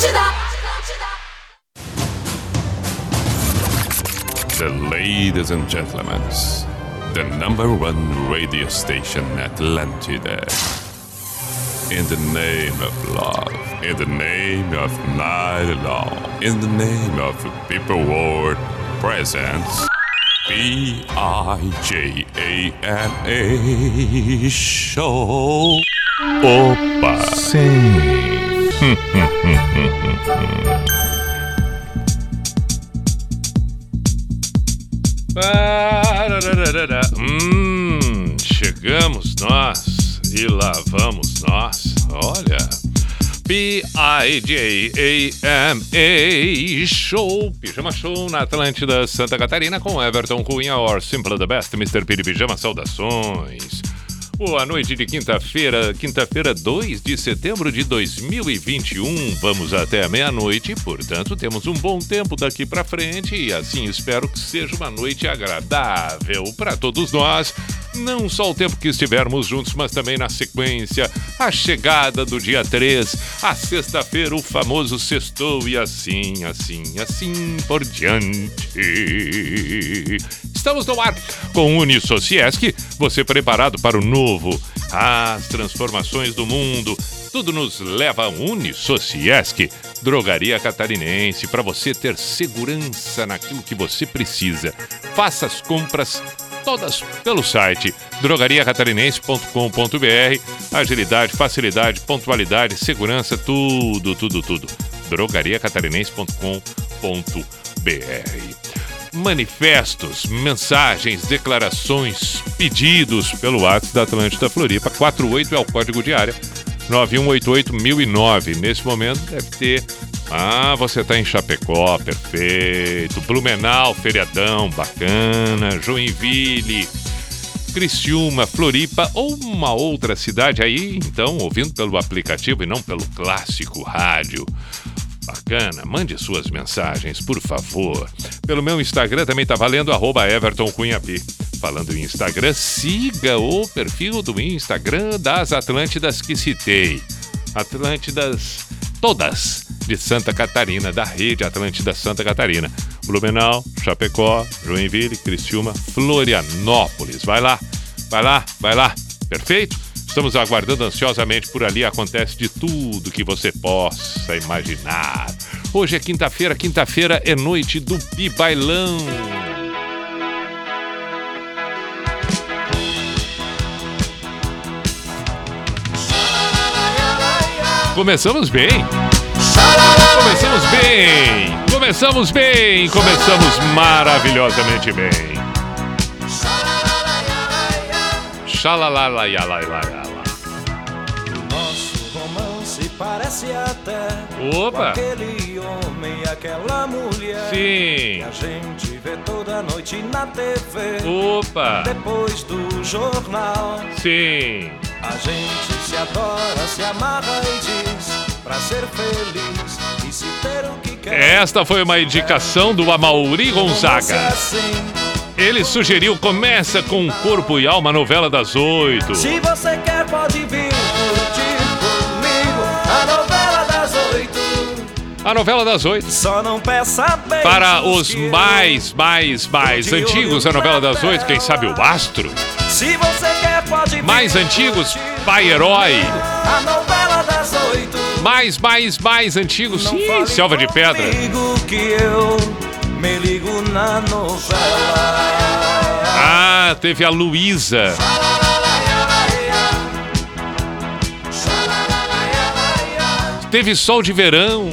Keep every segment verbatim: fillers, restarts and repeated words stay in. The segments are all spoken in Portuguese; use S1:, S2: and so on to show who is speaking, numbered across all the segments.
S1: The ladies and gentlemen, the number one radio station Atlantida. In the name of love, in the name of night long, in the name of people world presents B I J A M A Show. Opa!
S2: Sim.
S3: Hum, chegamos nós e lá vamos nós. Olha, B I J A M A Show, Pijama Show na Atlântida, Santa Catarina, com Everton Cunha, or Simple the Best, mister Piri Pijama, saudações. Boa noite de quinta-feira, quinta-feira, dois de setembro de dois mil e vinte e um. Vamos até a meia-noite, portanto, temos um bom tempo daqui pra frente e assim espero que seja uma noite agradável para todos nós. Não só o tempo que estivermos juntos, mas também na sequência, a chegada do dia três, a sexta-feira, o famoso sextou e assim, assim, assim por diante. Estamos no ar com o Unisociesc, você preparado para o novo, as transformações do mundo. Tudo nos leva a Unisociesc, drogaria catarinense, para você ter segurança naquilo que você precisa. Faça as compras todas pelo site drogaria catarinense ponto com ponto b r. Agilidade, facilidade, pontualidade, segurança, tudo, tudo, tudo. drogaria catarinense ponto com ponto b r. Manifestos, mensagens, declarações, pedidos pelo WhatsApp da Atlântida Floripa. quatro oito é o código de área, nove um oito oito mil e nove. Nesse momento deve ter... Ah, você tá em Chapecó, perfeito. Blumenau, feriadão, bacana. Joinville, Criciúma, Floripa ou uma outra cidade aí, então, ouvindo pelo aplicativo e não pelo clássico rádio. Bacana, mande suas mensagens, por favor. Pelo meu Instagram também tá valendo, arroba Everton Cunhapi. Falando em Instagram, siga o perfil do Instagram das Atlântidas que citei. Atlântidas, todas de Santa Catarina, da rede Atlântida Santa Catarina. Blumenau, Chapecó, Joinville, Criciúma, Florianópolis. Vai lá, vai lá, vai lá. Perfeito? Estamos aguardando ansiosamente por ali. Acontece de tudo que você possa imaginar. Hoje é quinta-feira. Quinta-feira é noite do Bibailão. Começamos bem. Começamos bem. Começamos bem. Começamos maravilhosamente bem. Xalalalaialaiala.
S4: Nosso romance parece até
S3: Opa.
S4: aquele homem e aquela mulher.
S3: Sim.
S4: Que a gente vê toda noite na T V.
S3: Opa.
S4: Depois do jornal.
S3: Sim.
S4: A gente se adora, se amarra e diz pra ser feliz e se ter o que quer.
S3: Esta foi uma indicação do Amaury Gonzaga.
S4: Assim.
S3: Ele sugeriu Começa com Corpo e Alma, novela das oito.
S4: Se você quer, pode vir curtir comigo a novela das oito.
S3: A novela das oito.
S4: Só não peça beijos.
S3: Para os mais, mais, mais antigos, a novela das oito, quem sabe o Astro.
S4: Se você quer, pode vir.
S3: Mais antigos, Pai Herói.
S4: A novela das oito.
S3: Mais, mais, mais antigos, sim, Selva de Pedra.
S4: Comigo que eu me ligo na novela.
S3: Ah, teve a Luísa. Teve Sol de Verão.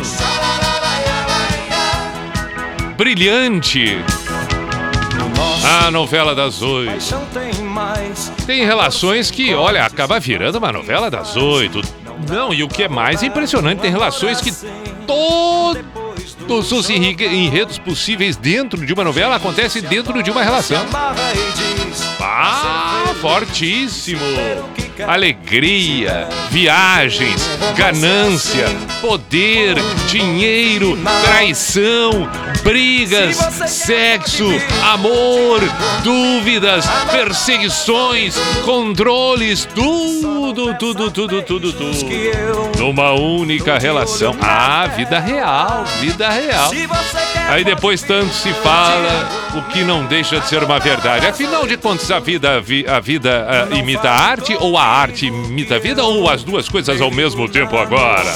S3: Brilhante. A novela das oito. Tem relações que, olha, acaba virando uma novela das oito. Não, e o que é mais impressionante, tem relações que todos os enredos possíveis dentro de uma novela acontecem dentro de uma relação. Ah, fortíssimo. alegria, viagens, ganância, poder, dinheiro, traição, brigas, sexo, amor, dúvidas, perseguições, controles, tudo, tudo, tudo, tudo, tudo. Numa única relação. Ah, vida real, vida real. Aí depois tanto se fala, o que não deixa de ser uma verdade. Afinal de contas, a vida, a vida uh, imita a arte, ou a arte imita a vida, ou as duas coisas ao mesmo tempo agora?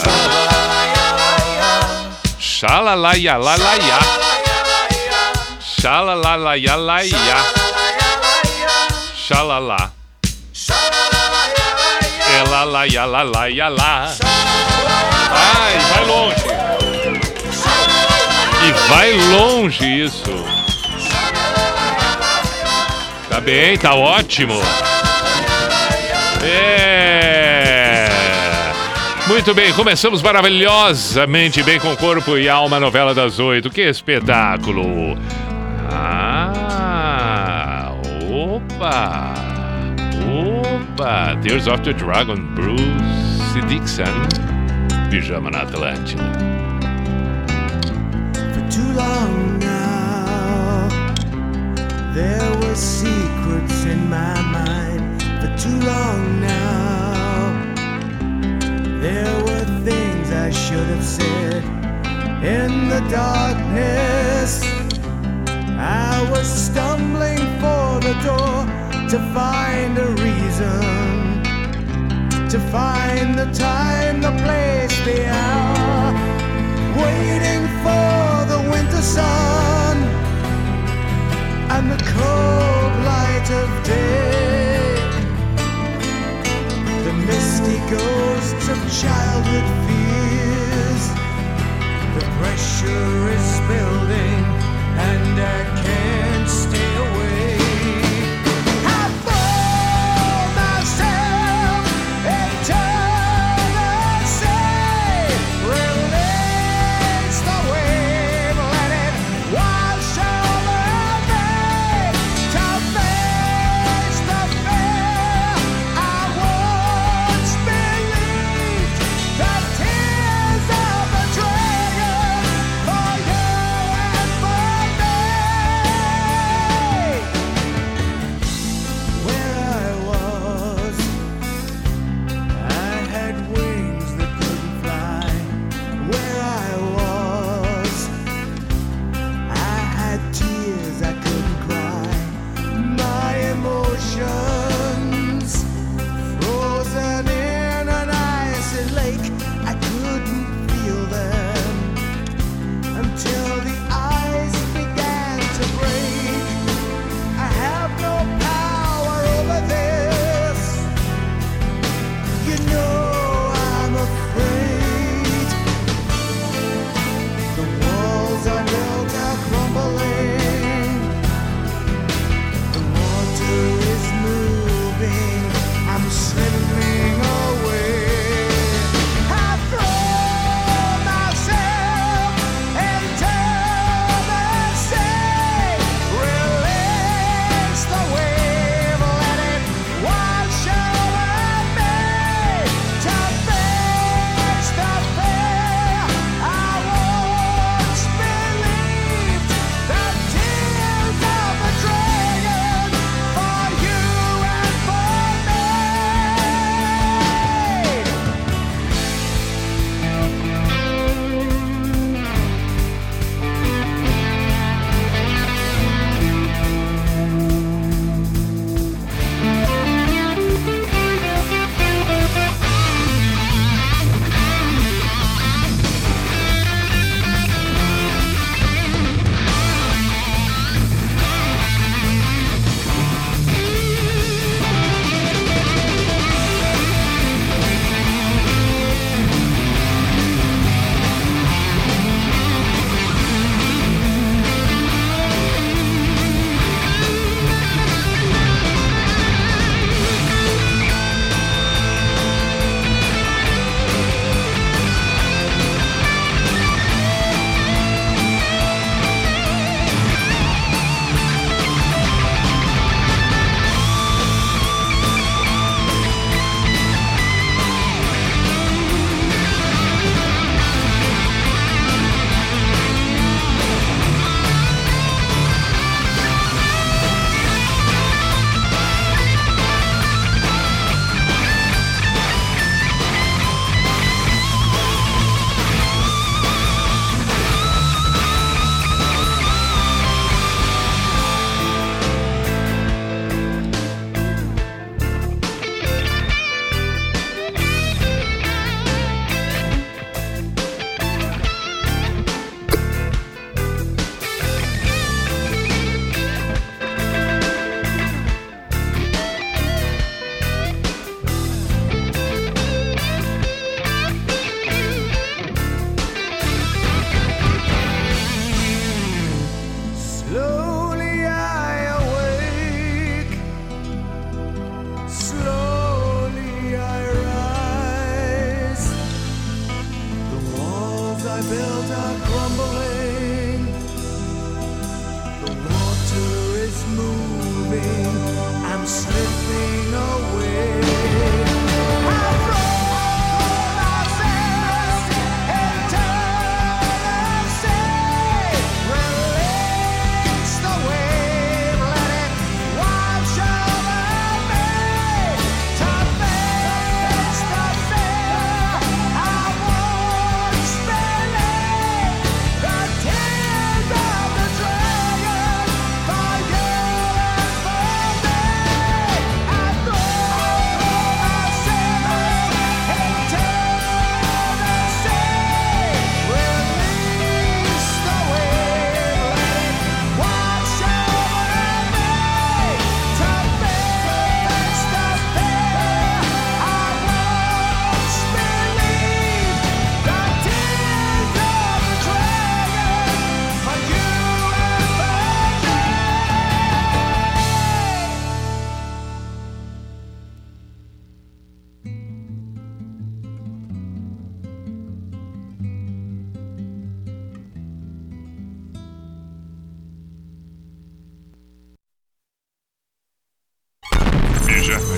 S3: Xalalaialalaia. Xalalaialalaia. Xalalá. Elalaialalaialá. Ai, vai longe. E vai longe isso. Tá bem, tá ótimo. É. Muito bem, começamos maravilhosamente bem com corpo e alma, novela das oito. Que espetáculo. Ah, opa. Opa. Tears of the Dragon, Bruce Dixon. Pijama na Atlântida.
S2: Too long now, there were secrets in my mind. For too long now, there were things I should have said. In the darkness, I was stumbling for the door to find a reason, to find the time, the place, the hour, waiting for the winter sun and the cold light of day. The misty ghosts of childhood fears. The pressure is building and I can't stay away. I throw myself into the sea. Release the wave, let it wash over me. To face the fear I once believed. The tears of a dragon for you and for me.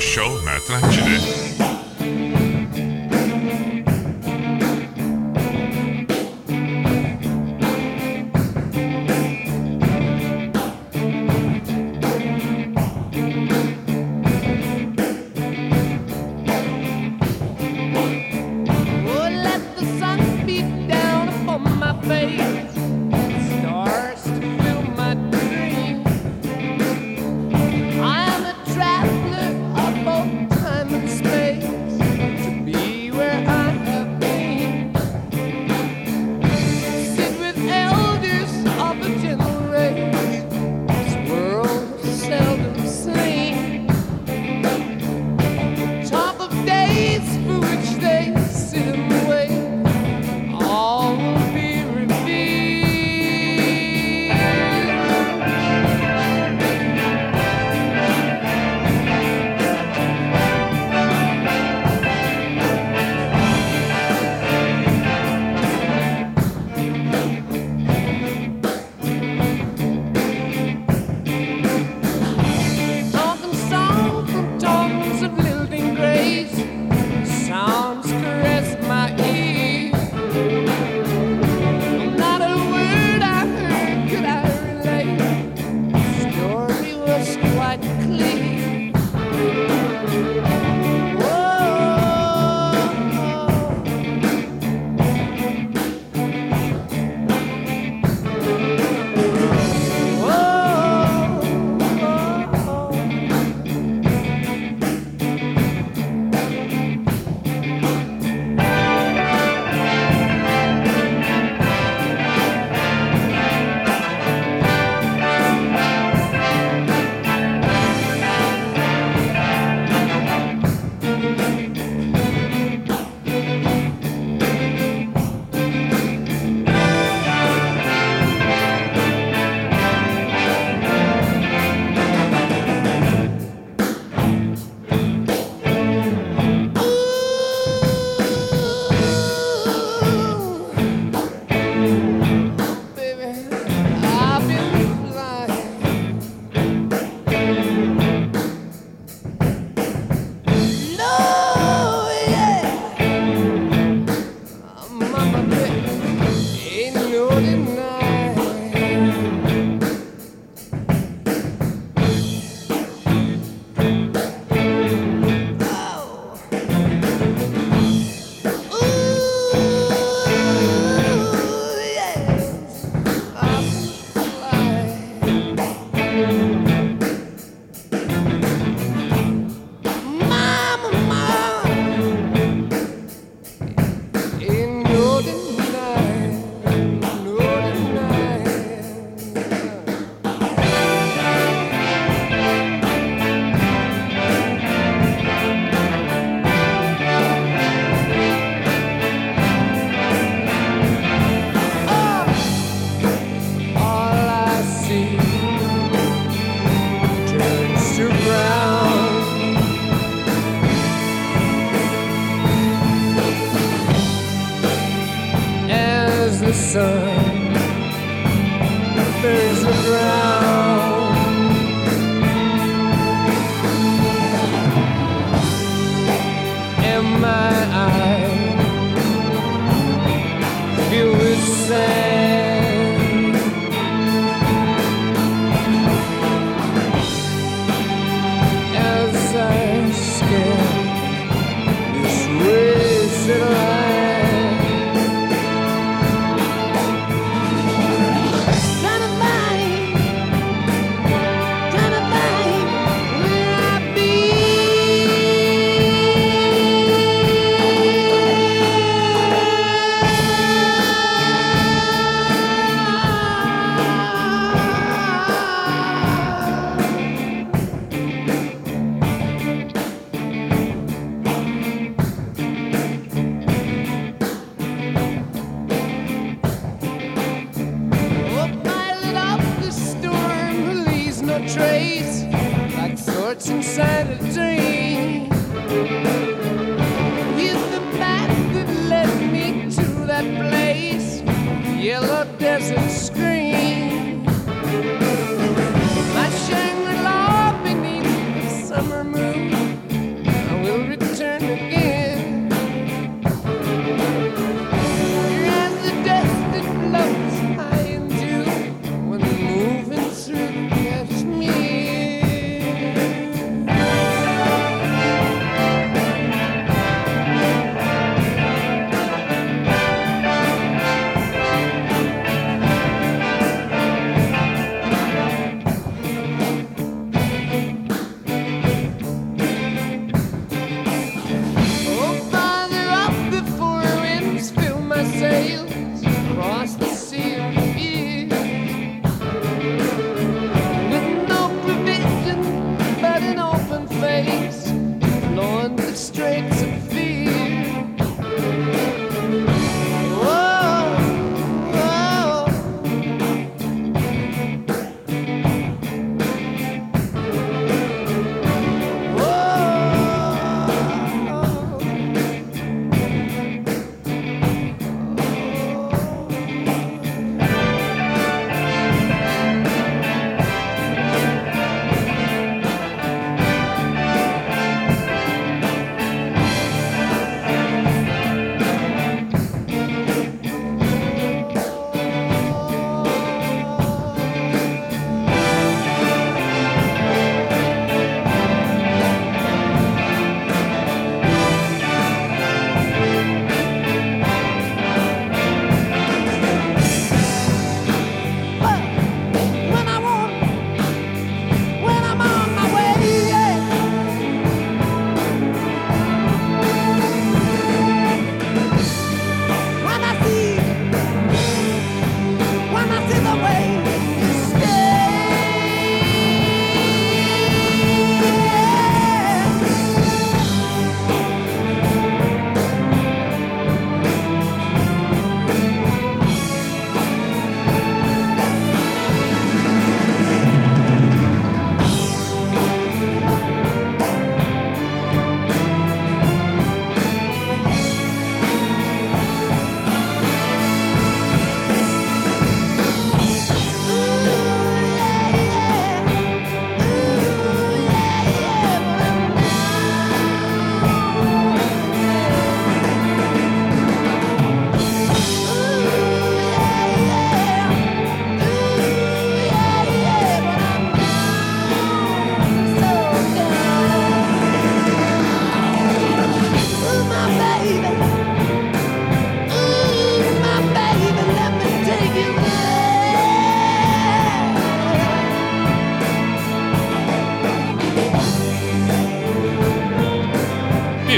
S1: Show na Atlântida.
S5: Son of mine.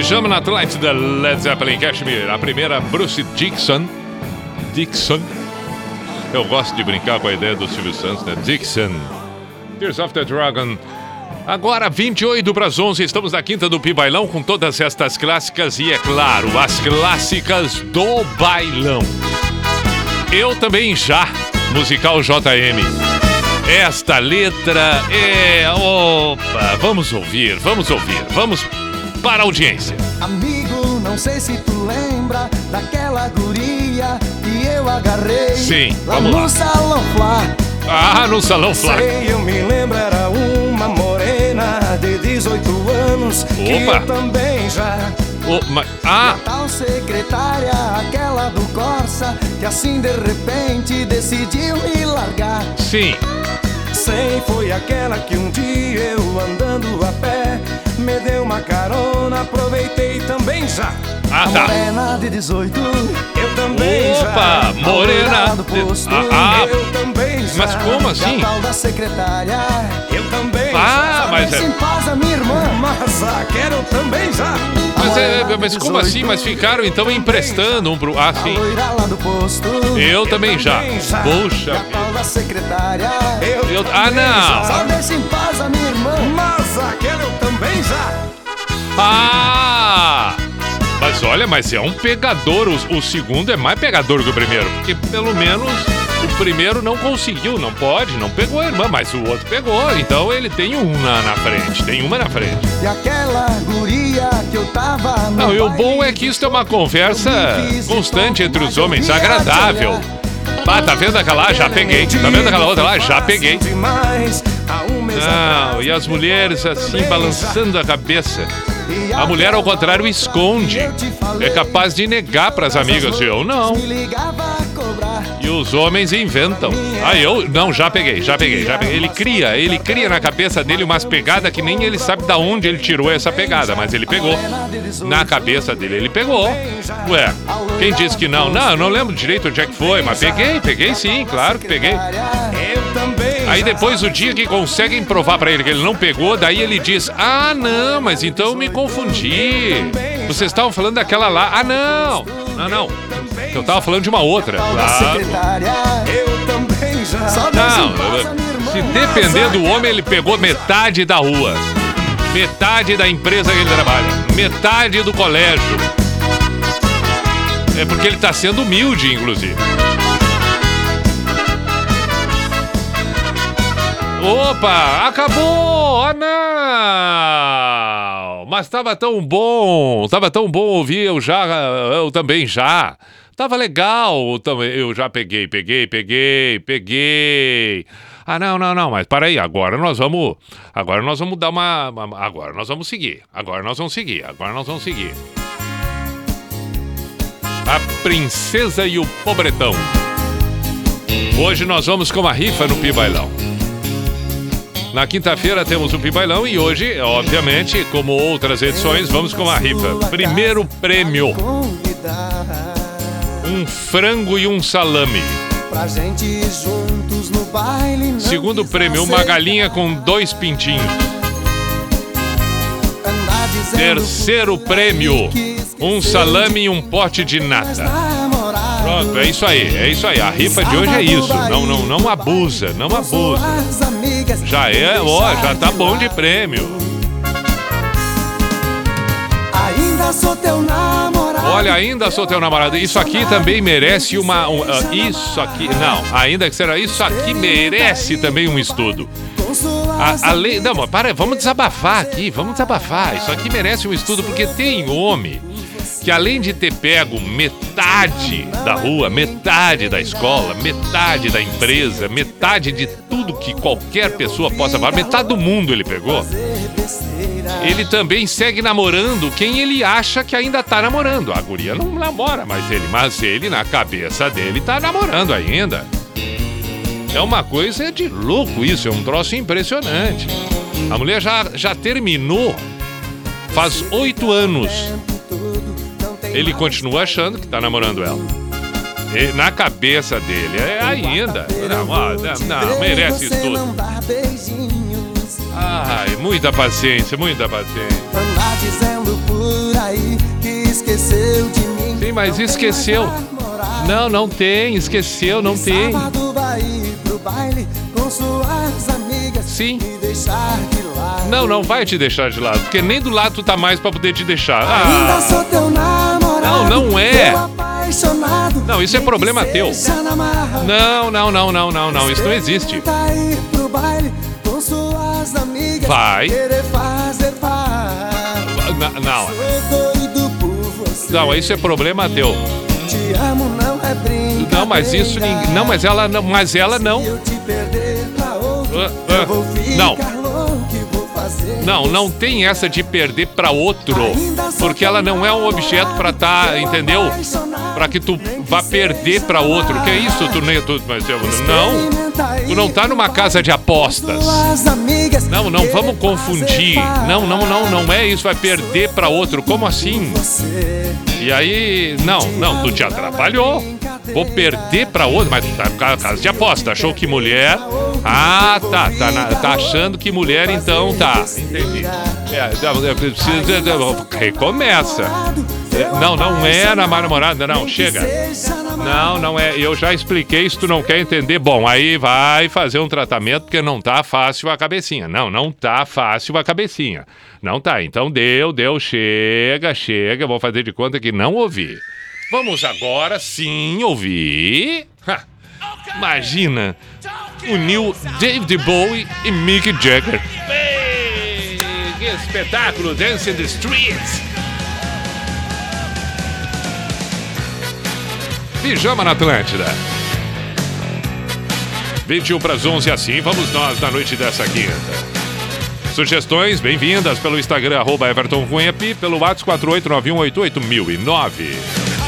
S3: Pijama na Atlântida, Led Zeppelin, Kashmir. A primeira, Bruce Dixon. Dixon. Eu gosto de brincar com a ideia do Silvio Santos, né? Dixon. Tears of the Dragon. Agora, vinte e oito para as onze, estamos na quinta do Pi Bailão com todas estas clássicas e, é claro, as clássicas do bailão. Eu também já, musical J M. Esta letra é... Opa, vamos ouvir, vamos ouvir, vamos para a audiência.
S4: Amigo, não sei se tu lembra daquela guria que eu agarrei.
S3: Sim,
S4: lá
S3: vamos
S4: no
S3: lá.
S4: Salão Flá.
S3: Ah, no Salão Flá.
S4: Sei, eu me lembro, era uma morena de dezoito anos.
S3: Opa.
S4: Que eu também já...
S3: Oh, mas, ah,
S4: A tal secretária, aquela do Corsa, que assim de repente decidiu me largar.
S3: sim.
S4: Sei, foi aquela que um dia eu andando a pé me deu uma carona, aproveitei também já.
S3: Ah,
S4: A
S3: tá.
S4: morena de dezoito, eu também já.
S3: Opa,
S4: A
S3: morena
S4: loira do
S3: de-
S4: posto,
S3: Ah, ah.
S4: eu também já.
S3: Mas como assim?
S4: E a tal da secretária, eu também
S3: Ah,
S4: já.
S3: mas é-
S4: Deixa em paz a minha irmã, mas a quero eu também já. A
S3: Mas, é,
S4: morena
S3: mas
S4: de
S3: como assim? Mas
S4: dezoito,
S3: ficaram então emprestando um pro... Ah,
S4: a
S3: sim.
S4: loira lá do posto,
S3: Eu também já. Puxa
S4: E a tal da secretária, eu,
S3: Eu- Ah, não.
S4: Só deixa em paz a minha irmã, mas aquela eu também já.
S3: Ah! Mas olha, mas é um pegador. O, o segundo é mais pegador que o primeiro. Porque pelo menos o primeiro não conseguiu, não pode, não pegou a irmã, mas o outro pegou. Então ele tem uma na frente, tem uma na frente.
S4: E aquela guria que eu tava no
S3: Não, e o
S4: baile,
S3: bom é que isso é uma conversa constante entre os homens, agradável. Ah, tá vendo aquela lá? Já peguei. Tá vendo aquela outra lá? Já peguei. Não, e as mulheres assim balançando a cabeça. A mulher, ao contrário, esconde. É capaz de negar pras amigas. Eu não. E os homens inventam. Ah, eu? Não, já peguei, já peguei, já peguei. Ele cria, ele cria na cabeça dele umas pegadas que nem ele sabe da onde ele tirou essa pegada, mas ele pegou. Na cabeça dele, ele pegou. Ué, quem disse que não? Não, eu não lembro direito onde é que foi, mas peguei, peguei sim, claro que peguei. Aí depois, o dia que conseguem provar pra ele que ele não pegou, daí ele diz: ah, não, mas então eu me confundi. Vocês estavam falando daquela lá. Ah, não, não, não. Eu tava falando de uma outra. Claro. Não, se depender do homem, ele pegou metade da rua, metade da empresa que ele trabalha, metade do colégio. É porque ele tá sendo humilde, inclusive. Opa, acabou! Ah, não! Mas tava tão bom, tava tão bom ouvir, eu já, eu também já. Tava legal, também, eu já peguei, peguei, peguei, peguei. Ah, não, não, não, mas para aí, agora nós vamos, agora nós vamos dar uma, uma, agora nós vamos seguir, agora nós vamos seguir, agora nós vamos seguir. A Princesa e o Pobretão. Hoje nós vamos com a rifa no Pi Bailão. Na quinta-feira temos o Pi Bailão e hoje, obviamente, como outras edições, vamos com a rifa. Primeiro prêmio: um frango e um salame. Segundo prêmio: uma galinha com dois pintinhos. Terceiro prêmio: um salame e um pote de nata. Pronto, é isso aí, é isso aí. A rifa de hoje é isso. Não, não, não abusa, não abusa. Já é, ó, já tá bom de prêmio.
S4: Ainda sou teu namorado.
S3: Olha, ainda sou teu namorado. Isso aqui também merece uma... Um, uh, isso aqui... Não, ainda que será... Isso aqui merece também um estudo. A, a lei... Não, mas para, vamos desabafar aqui. Vamos desabafar. Isso aqui merece um estudo, porque tem homem que, além de ter pego metade da rua, metade da escola, metade da empresa, metade de tudo que qualquer pessoa possa falar, metade do mundo ele pegou, ele também segue namorando quem ele acha que ainda tá namorando. A guria não namora mais ele, mas ele, na cabeça dele, tá namorando ainda. É uma coisa de louco isso, é um troço impressionante. A mulher já, já terminou faz oito anos. Ele continua achando que tá namorando ela. E na cabeça dele é ainda. Não, não, não, merece isso tudo. Ai, muita paciência, muita paciência.
S4: Anda dizendo por aí esqueceu de mim.
S3: Sim, mas
S4: Não
S3: esqueceu.
S4: tem mais namorado.
S3: Não, não tem, esqueceu, não
S4: E
S3: tem.
S4: sábado vai ir pro baile com suas amigas.
S3: Sim.
S4: E deixar de lado.
S3: Não, não vai te deixar de lado, porque nem do lado tu tá mais pra poder te deixar.
S4: Ainda
S3: Ah,
S4: sou teu namorado.
S3: Não, não é.
S4: Tô apaixonado.
S3: Não, isso é
S4: Nem
S3: problema
S4: que
S3: teu.
S4: seja na marra.
S3: não, não, não, não, não, não, isso não existe.
S4: Experimenta ir pro baile com suas amigas.
S3: Vai.
S4: Querer fazer paz.
S3: N- Não,
S4: Sou doido por você.
S3: não, isso é problema teu.
S4: Te amo, não é brincadeira.
S3: Não, mas isso ninguém. Não, mas ela não, mas ela não.
S4: Se eu te perder pra outro,
S3: Ah, ah,
S4: eu vou ficar
S3: não.
S4: louco e vou fazer.
S3: Não, não tem essa de perder pra outro, porque ela não é um objeto pra tá, entendeu? Pra que tu vá perder pra outro. Que é isso? Tu nem tu, mas eu não. Tu não tá numa casa de apostas. Não, não vamos confundir. Não, não, não, não é isso, vai perder pra outro. Como assim? E aí, não, não, tu te atrapalhou. Vou perder pra outro, mas tá na casa de aposta. Achou que mulher. Ah, tá, tá, na- tá achando que mulher, então tá. Entendi. É, é, precisa. Recomeça. É, não, não é na namorada, não, chega. Não, não é. Eu já expliquei, se tu não quer entender, bom, aí vai fazer um tratamento porque não tá fácil a cabecinha. Não, não tá fácil a cabecinha. Não tá. Então deu, deu, chega, chega. Eu vou fazer de conta que não ouvi. Vamos agora sim ouvir. Ha, imagina, uniu David Bowie e Mick Jagger. Ei, que espetáculo, Dance in the Streets. Pijama na Atlântida. vinte e um para as onze, assim vamos nós na noite dessa quinta. Sugestões, bem-vindas pelo Instagram, arroba Everton Cunha Pi, pelo WhatsApp quatro oito nove um oito oito mil e nove.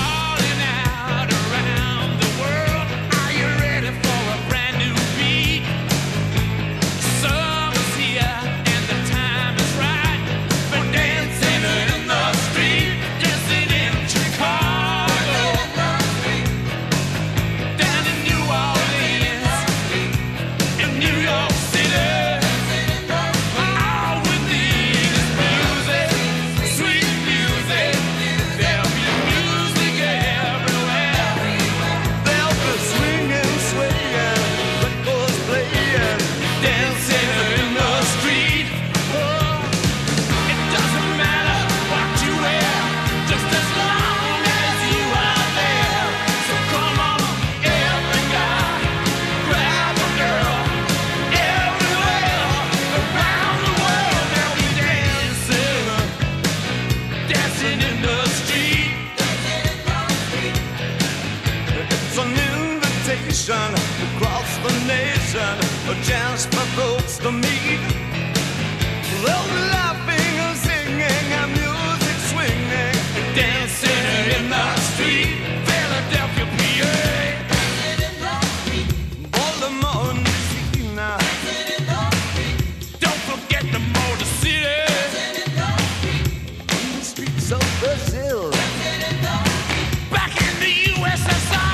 S2: Across the nation, a chance for folks to meet. Love laughing and singing and music swinging, dancing in the street, Philadelphia, P A. Baltimore, Louisiana. Don't forget the Motor City. In the streets of Brazil. Back in the U S S R.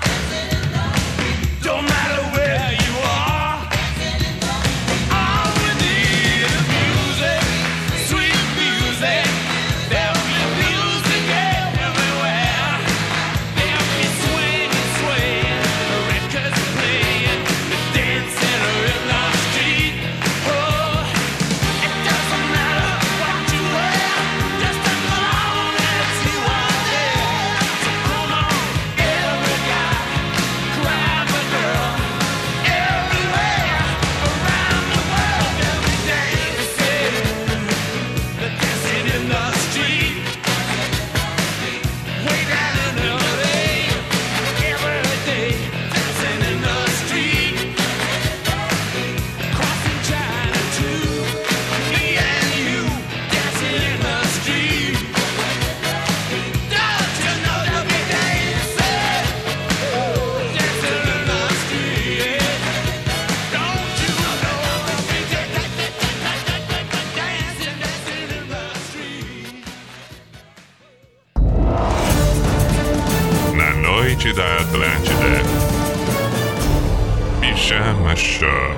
S2: Don't matter where you are, all we need is music, sweet music. There'll be music everywhere. There'll be swinging, swaying, records playing, dancing in the street. Oh, it doesn't matter what you wear, just as long as you are there. So come on, every guy, grab a girl. Everywhere around the world, they'll be dancing, dancing in the street. Way down in L A, every day, dancing in the street. Crossing China too, me and you, dancing in the street. Don't you know they'll be dancing, dancing in the street? Don't you know they'll be dancing, dancing in the street?
S1: Na noite da Atlântida. Pijama Show.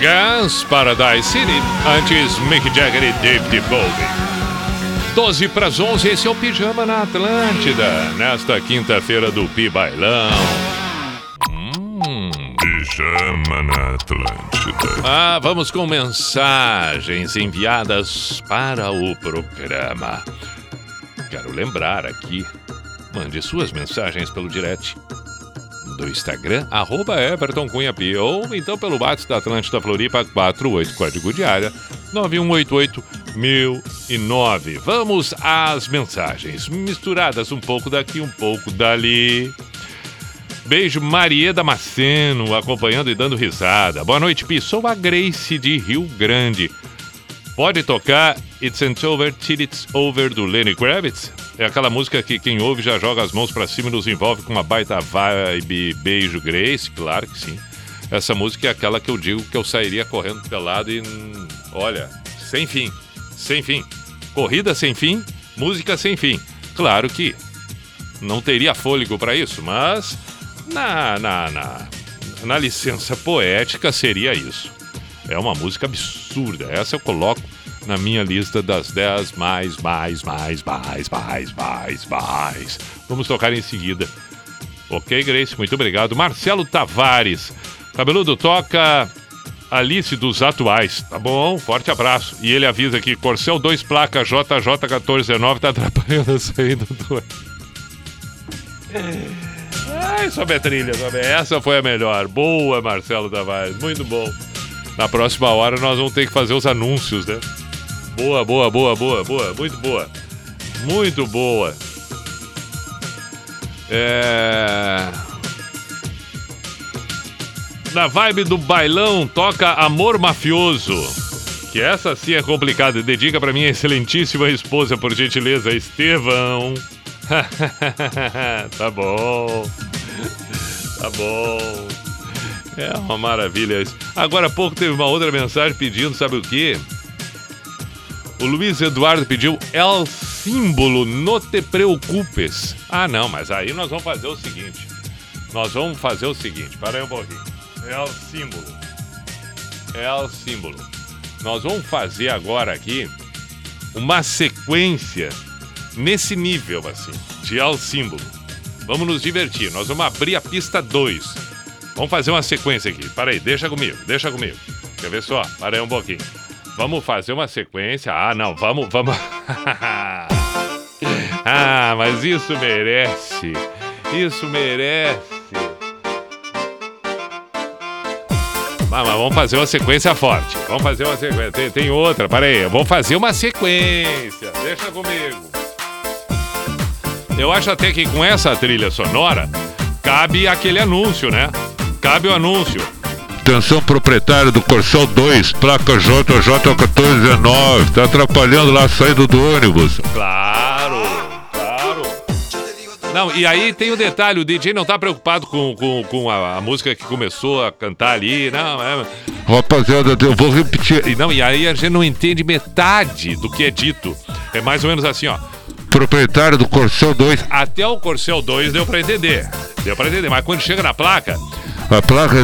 S3: Extravagance, Paradise City, antes Mick Jagger e David Bowie. doze para as onze, esse é o Pijama na Atlântida, nesta quinta-feira do Pi Bailão. Hum.
S1: Pijama na Atlântida.
S3: Ah, vamos com mensagens enviadas para o programa. Quero lembrar aqui, mande suas mensagens pelo direct do Instagram, arroba Everton Cunha P, ou então pelo WhatsApp da Atlântida Floripa, quatro oito, código de área, nove um oito oito mil e nove. Vamos às mensagens, misturadas um pouco daqui, um pouco dali. Beijo, Maria Damasceno, acompanhando e dando risada. Boa noite, Pi. Sou a Grace de Rio Grande. Pode tocar It's Ain't Over Till It's Over do Lenny Kravitz? É aquela música que quem ouve já joga as mãos pra cima e nos envolve com uma baita vibe. Beijo, Grace. Claro que sim. Essa música é aquela que eu digo que eu sairia correndo pelado e... Olha, sem fim. Sem fim. Corrida sem fim, música sem fim. Claro que não teria fôlego pra isso, mas na, na, na, na licença poética seria isso. É uma música absurda. Essa eu coloco na minha lista das dez mais, mais, mais, mais, mais, mais, mais. Vamos tocar em seguida. Ok, Grace? Muito obrigado. Marcelo Tavares. Cabeludo, toca Alice dos Atuais. Tá bom, forte abraço. E ele avisa aqui, Corcel dois placa J J um quatro um nove tá atrapalhando a saída do... Ai, sobe a trilha, sobe. Essa foi a melhor. Boa, Marcelo Tavares. Muito bom. Na próxima hora nós vamos ter que fazer os anúncios, né? Boa, boa, boa, boa, boa. Muito boa. Muito boa. É... Na vibe do bailão, toca Amor Mafioso. Que essa sim é complicada. Dedica pra minha excelentíssima esposa, por gentileza, Estevão. Tá bom. Tá bom. É uma maravilha isso. Agora há pouco teve uma outra mensagem pedindo, sabe o quê? O Luiz Eduardo pediu El Símbolo, No Te Preocupes. Ah, não, mas aí nós vamos fazer o seguinte. Nós vamos fazer o seguinte, para aí um pouquinho. El Símbolo. El Símbolo. Nós vamos fazer agora aqui uma sequência nesse nível, assim, de El Símbolo. Vamos nos divertir. Nós vamos abrir a pista dois. Vamos fazer uma sequência aqui. Para aí, deixa comigo, deixa comigo. Quer ver só? Para aí um pouquinho. Vamos fazer uma sequência. Ah, não, vamos, vamos. Ah, mas isso merece. Isso merece. Ah, mas vamos fazer uma sequência forte. Vamos fazer uma sequência. Tem, tem outra, para aí. Vamos fazer uma sequência. Deixa comigo. Eu acho até que com essa trilha sonora cabe aquele anúncio, né? Cabe o anúncio.
S5: Atenção, proprietário do Corcel dois, placa J J um quatro um nove, tá atrapalhando lá a saída do ônibus.
S3: Claro, claro. Não, e aí tem o detalhe, o D J não tá preocupado com, com, com a, a música que começou a cantar ali, não, é...
S5: Rapaziada, eu vou repetir.
S3: E, não, e aí a gente não entende metade do que é dito. É mais ou menos assim, ó.
S5: Proprietário do Corcel dois.
S3: Até o Corcel dois deu pra entender. Deu pra entender, mas quando chega na placa...
S5: A placa...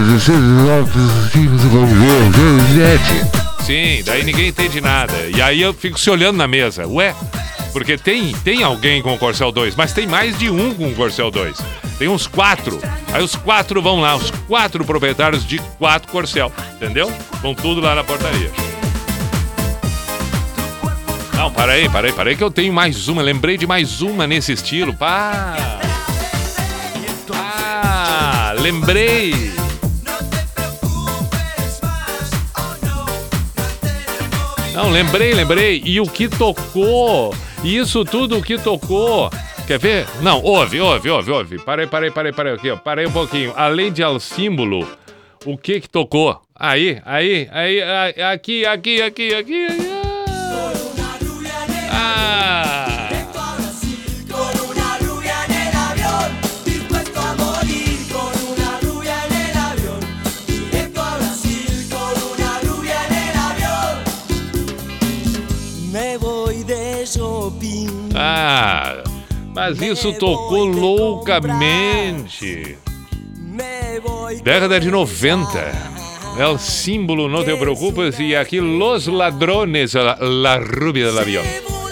S3: Sim, daí ninguém entende nada. E aí eu fico se olhando na mesa. Ué, porque tem, tem alguém com o Corcel dois, mas tem mais de um com o Corcel dois. Tem uns quatro. Aí os quatro vão lá, os quatro proprietários de quatro Corcel. Entendeu? Vão tudo lá na portaria. Não, para aí, para aí, para aí que eu tenho mais uma. Lembrei de mais uma nesse estilo. Pá! Ah, lembrei! Não, lembrei, lembrei. E o que tocou? Isso tudo o que tocou. Quer ver? Não, ouve, ouve, ouve, ouve. Parei, parei, parei, parei aqui, ó. Parei um pouquinho. Além de El Símbolo, o que que tocou? Aí, aí, aí, aí aqui, aqui, aqui, aqui. Ah! Ah, mas isso tocou loucamente. Década de noventa. É o símbolo, não te preocupes. E aqui, Los Ladrones, la, la Rubia del Avião.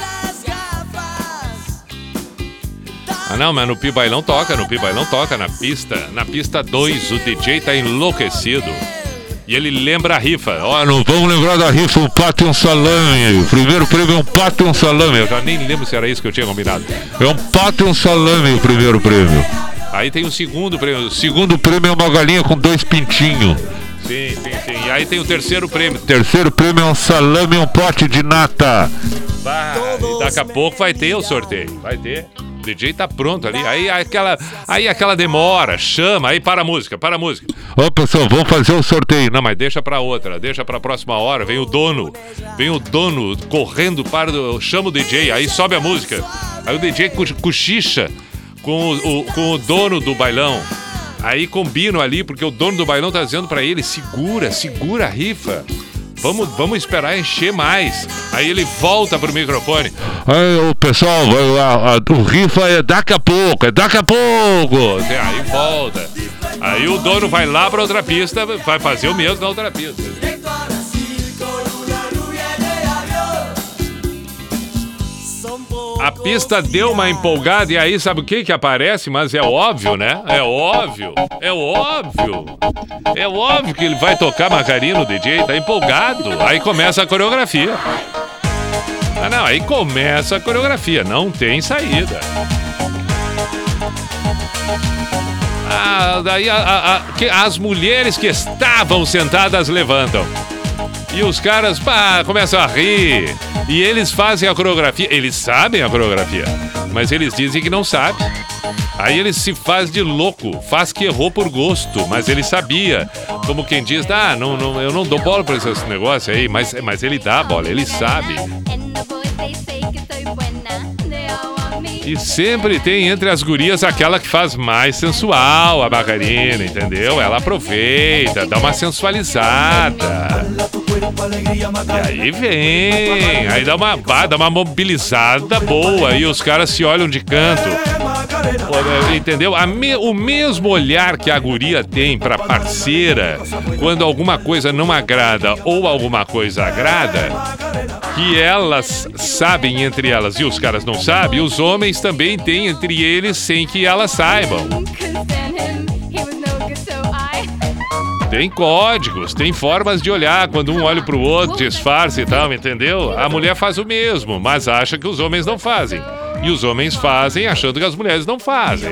S3: Ah, não, mas no Pi Bailão toca, no Pi Bailão toca, na pista. Na pista dois, o D J tá enlouquecido. E ele lembra a rifa. Ó,
S5: Não vamos lembrar da rifa, um pato e um salame. O primeiro prêmio é um pato e um salame.
S3: eu já nem lembro se era isso que eu tinha combinado.
S5: É um pato e um salame o primeiro prêmio.
S3: Aí tem o segundo prêmio.
S5: O segundo prêmio é uma galinha com dois pintinhos.
S3: Sim, sim, sim. E aí tem o terceiro prêmio.
S5: O terceiro prêmio é um salame e um pote de nata.
S3: Bah, e daqui a pouco vai ter o sorteio. Vai ter. O D J tá pronto ali. Aí aquela, aí aquela demora, chama, aí para a música, para a música.
S5: Ô pessoal, vamos fazer o sorteio.
S3: Não, mas deixa pra outra, deixa pra próxima hora. Vem o dono, vem o dono correndo para o. Chama o D J, aí sobe a música. Aí o D J co- cochicha com o, o- com o dono do bailão. Aí combinam ali, porque o dono do bailão tá dizendo pra ele: segura, segura a rifa. Vamos, vamos esperar encher mais. Aí ele volta pro microfone.
S5: Aí o pessoal, vai lá, a- o rifa é daqui a pouco, é daqui a pouco.
S3: Aí volta. Aí o dono vai lá pra outra pista, vai fazer o mesmo na outra pista. A pista deu uma empolgada e aí sabe o que que aparece? Mas é óbvio, né? É óbvio, é óbvio. É óbvio que ele vai tocar Macarena, o D J, tá empolgado. Aí começa a coreografia. Ah não, aí começa a coreografia, não tem saída. Ah, daí a, a, a, que, as mulheres que estavam sentadas levantam. E os caras, pá, começam a rir. E eles fazem a coreografia. Eles sabem a coreografia, mas eles dizem que não sabem. Aí ele se faz de louco, faz que errou por gosto, mas ele sabia. Como quem diz, ah, não, não, eu não dou bola pra esse negócio aí, mas, mas ele dá bola, ele sabe. E sempre tem entre as gurias aquela que faz mais sensual a Macarena, entendeu? Ela aproveita, dá uma sensualizada. E aí vem, aí dá uma, dá uma mobilizada boa e os caras se olham de canto. Entendeu? A me, o mesmo olhar que a guria tem pra parceira quando alguma coisa não agrada ou alguma coisa agrada, que elas sabem entre elas e os caras não sabem, os homens também têm entre eles sem que elas saibam. Tem códigos, tem formas de olhar quando um olha pro outro, disfarça e tal, entendeu? A mulher faz o mesmo, mas acha que os homens não fazem. E os homens fazem achando que as mulheres não fazem.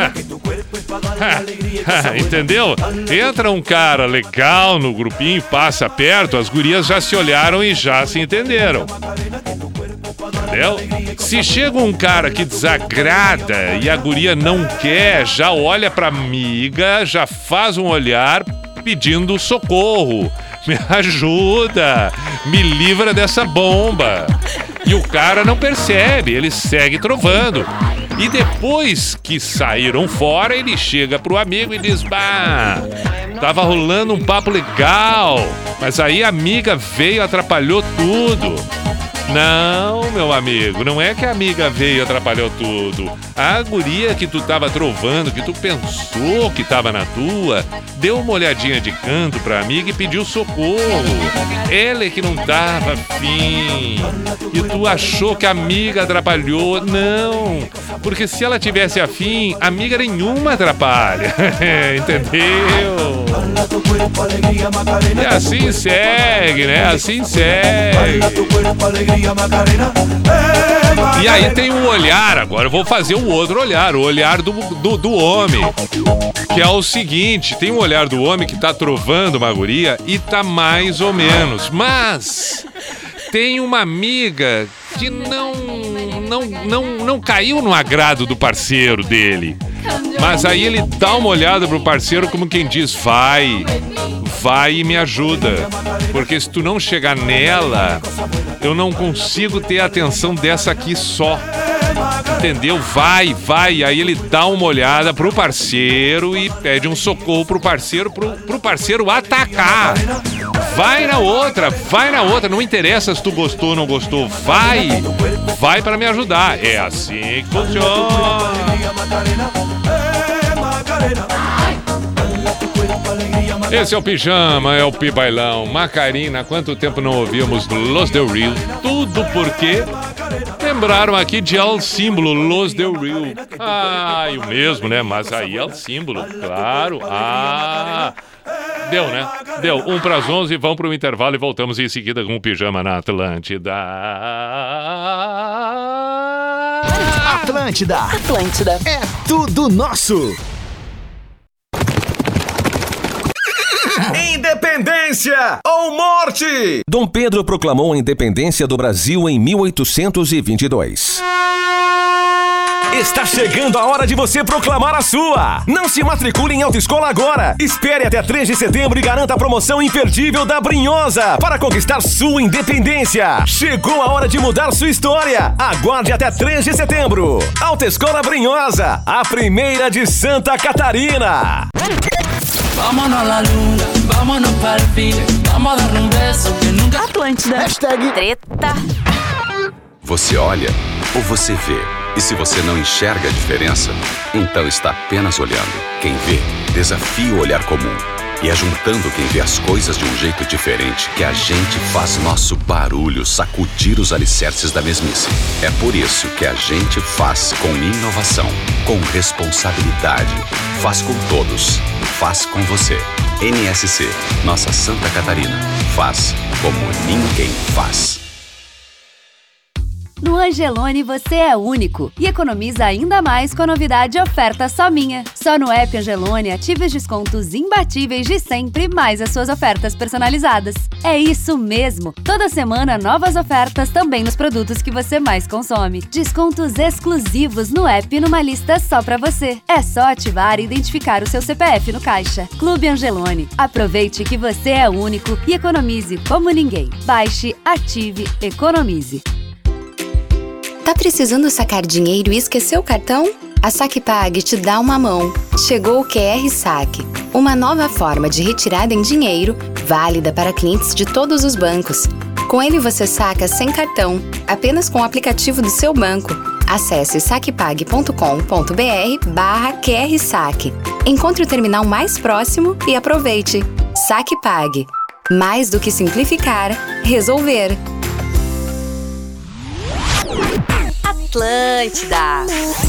S3: Entendeu? Entra um cara legal no grupinho, passa perto, as gurias já se olharam e já se entenderam. Entendeu? Se chega um cara que desagrada e a guria não quer, já olha pra amiga, já faz um olhar pedindo socorro. Me ajuda, me livra dessa bomba. E o cara não percebe, ele segue trovando. E depois que saíram fora, ele chega pro amigo e diz: bah, tava rolando um papo legal, mas aí a amiga veio e atrapalhou tudo. Não, meu amigo, não é que a amiga veio e atrapalhou tudo. A guria que tu tava trovando, que tu pensou que tava na tua, deu uma olhadinha de canto pra amiga e pediu socorro. Ela é que não tava afim. E tu achou que a amiga atrapalhou. Não, porque se ela tivesse afim, amiga nenhuma atrapalha. Entendeu? E assim segue, né? Assim segue. E aí tem um olhar, agora eu vou fazer um outro olhar, o olhar do, do, do homem, que é o seguinte, tem um olhar do homem que tá trovando uma guria e tá mais ou menos, mas tem uma amiga que não, não, não, não caiu no agrado do parceiro dele. Mas aí ele dá uma olhada pro parceiro como quem diz: vai, vai e me ajuda. Porque se tu não chegar nela, eu não consigo ter a atenção dessa aqui só. Entendeu? Vai, vai. Aí ele dá uma olhada pro parceiro e pede um socorro pro parceiro, pro, pro parceiro atacar. Vai na outra, vai na outra. Não interessa se tu gostou ou não gostou. Vai, vai pra me ajudar. É assim que funciona. Esse é o Pijama, é o Pibailão. Macarina, quanto tempo não ouvíamos Los Del Rio? Tudo porque lembraram aqui de El Símbolo, Los Del Rio. Ah, e o mesmo, né? Mas aí é o símbolo, claro. Ah, deu, né? Deu. Um para as onze, vamos para o intervalo e voltamos em seguida com o Pijama na Atlântida.
S6: Atlântida.
S7: Atlântida.
S6: É tudo nosso. Independência ou morte!
S8: Dom Pedro proclamou a independência do Brasil em mil oitocentos e vinte e dois.
S6: Está chegando a hora de você proclamar a sua! Não se matricule em autoescola agora! Espere até três de setembro e garanta a promoção imperdível da Brinhosa para conquistar sua independência! Chegou a hora de mudar sua história! Aguarde até três de setembro! Autoescola Brinhosa, a primeira de Santa Catarina!
S2: Vámonos a la luna, vámonos para el fin, vamos a dar um beso que nunca...
S7: Atlântida.
S6: Hashtag
S7: Treta.
S9: Você olha ou você vê? E se você não enxerga a diferença, então está apenas olhando. Quem vê, desafia o olhar comum. E é juntando quem vê as coisas de um jeito diferente que a gente faz nosso barulho sacudir os alicerces da mesmice. É por isso que a gente faz com inovação, com responsabilidade. Faz com todos. Faz com você. N S C, nossa Santa Catarina. Faz como ninguém faz.
S10: No Angelone você é único e economiza ainda mais com a novidade Oferta Só Minha. Só no app Angelone ative os descontos imbatíveis de sempre, mais as suas ofertas personalizadas. É isso mesmo! Toda semana novas ofertas também nos produtos que você mais consome. Descontos exclusivos no app e numa lista só pra você. É só ativar e identificar o seu C P F no caixa. Clube Angelone. Aproveite que você é único e economize como ninguém. Baixe, ative, economize.
S11: Tá precisando sacar dinheiro e esqueceu o cartão? A SaquePag te dá uma mão. Chegou o Q R Saque, uma nova forma de retirada em dinheiro, válida para clientes de todos os bancos. Com ele você saca sem cartão, apenas com o aplicativo do seu banco. Acesse saquepag.com.br barra QRSaque. Encontre o terminal mais próximo e aproveite. SaquePag. Mais do que simplificar, resolver.
S7: Atlântida.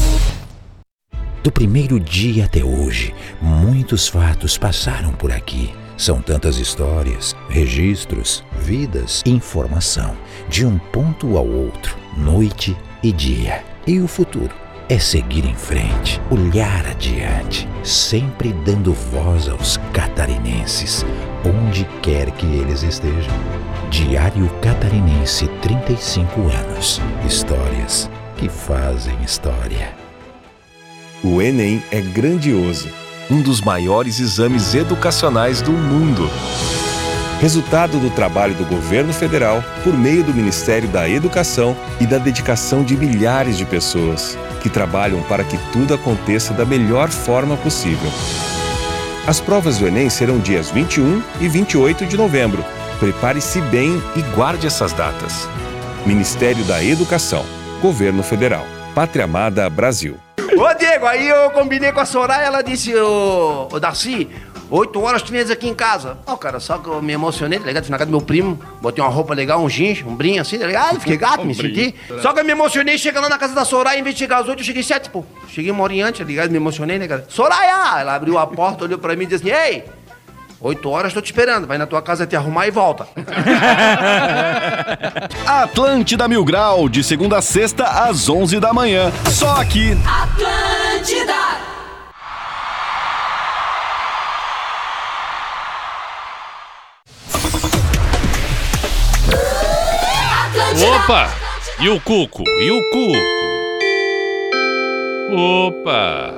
S12: Do primeiro dia até hoje, muitos fatos passaram por aqui. São tantas histórias, registros, vidas, informação, de um ponto ao outro, noite e dia. E o futuro é seguir em frente, olhar adiante, sempre dando voz aos catarinenses, onde quer que eles estejam. Diário Catarinense, trinta e cinco anos. Histórias que fazem história.
S13: O Enem é grandioso, um dos maiores exames educacionais do mundo. Resultado do trabalho do governo federal por meio do Ministério da Educação e da dedicação de milhares de pessoas que trabalham para que tudo aconteça da melhor forma possível. As provas do Enem serão dias vinte e um e vinte e oito de novembro. Prepare-se bem e guarde essas datas. Ministério da Educação, Governo Federal, Pátria Amada Brasil.
S14: Ô Diego, aí eu combinei com a Soraya, ela disse, ô, ô Darcy, oito horas tu vens aqui em casa. Ó, oh, cara, só que eu me emocionei, tá ligado? Fui na casa do meu primo, botei uma roupa legal, um jeans, um brinho assim, tá ligado? Fiquei gato, me senti. Só que eu me emocionei, chega lá na casa da Soraya, em vez de chegar às oito, eu cheguei sete, pô. Cheguei uma hora antes, tá ligado? Me emocionei, né, cara? Soraya! Ela abriu a porta, olhou pra mim e disse assim, ei, oito horas tô te esperando, vai na tua casa te arrumar e volta.
S6: Atlântida Mil Grau, de segunda a sexta, às onze da manhã. Só aqui.
S2: Atlântida.
S3: Opa! E o Cuco? E o Cuco? Opa!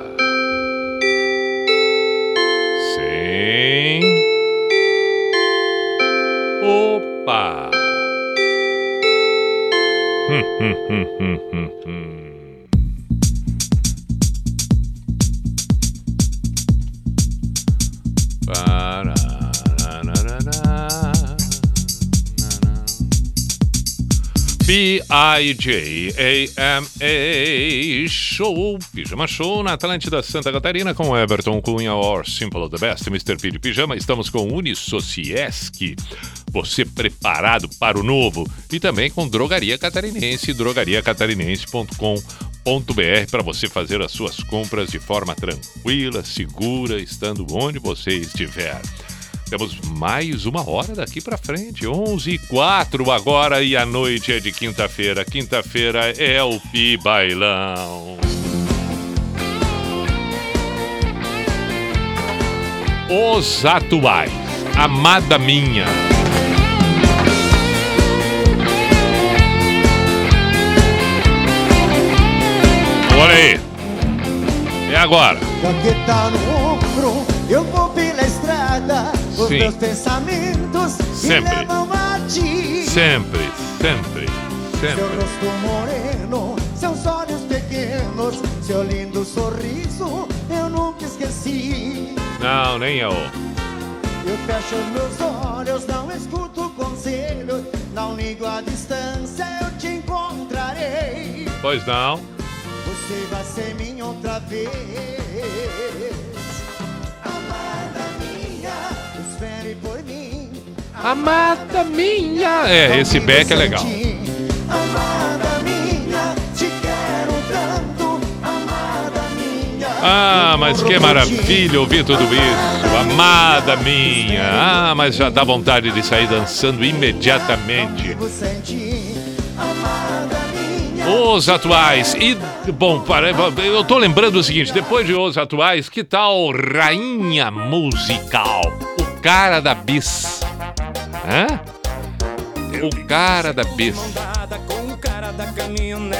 S3: Sim. Opa! Hum, hum, hum, hum, hum, hum. P I J A M A Show, Pijama Show na Atlântida Santa Catarina com Everton Cunha or Simple the Best, mister P de Pijama. Estamos com Unisociesc, você preparado para o novo, e também com Drogaria Catarinense, drogaria catarinense ponto com ponto b r, para você fazer as suas compras de forma tranquila, segura, estando onde você estiver. Temos mais uma hora daqui pra frente, onze e quatro agora, e a noite é de quinta-feira. Quinta-feira é o Pi Bailão. Os atuais, amada minha. Olha aí. É agora.
S7: Jaqueta no ombro, eu vou pela estrada. Os
S3: Sim.
S7: meus pensamentos
S3: Sempre.
S7: me levam a ti.
S3: Sempre, sempre,
S7: Seu
S3: sempre.
S7: rosto moreno, seus olhos pequenos, seu lindo sorriso, eu nunca esqueci.
S3: Não, nem eu.
S7: Eu fecho meus olhos, não escuto conselhos, não ligo a distância, eu te encontrarei.
S3: Pois não.
S7: Você vai ser minha outra vez. Amada minha, espere por mim.
S3: Amada minha. É, esse back é legal.
S7: Amada minha, te quero tanto. Amada minha.
S3: Ah, mas que maravilha ouvir tudo isso. Amada minha. Ah, mas já dá vontade de sair dançando imediatamente. Os atuais. E, bom, para, eu tô lembrando o seguinte, depois de Os Atuais, que tal Rainha Musical? O cara da bis. Hã? O cara da bis.
S2: Com o cara da caminhonete,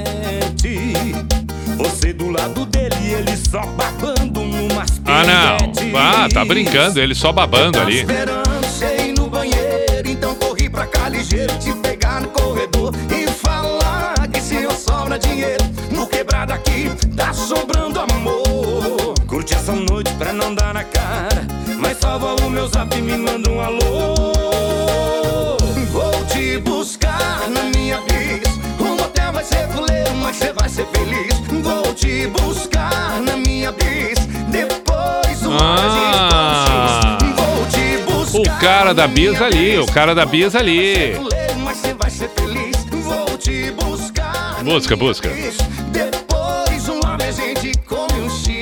S2: você do lado dele, ele só babando numas
S3: Ah, não. Ah, tá brincando, ele só babando ali.
S2: esperando você ir no banheiro, então corri pra cá ligeiro, te pegar no corredor e falar que se eu sobra dinheiro no quebrado aqui, tá sobrando amor. Curte essa noite pra não dar na cara, mas salva o meu zap e me manda um alô. Vou te buscar na minha bis, o motel vai ser fuleiro, mas você vai ser feliz. Vou te buscar na minha bis, depois o
S3: Ah,
S2: Vou te buscar
S3: o cara da bis ali, o cara da bis ali.
S2: mas você vai ser feliz. Vou te buscar.
S3: Busca, busca.
S2: Depois uma vez a gente come um X.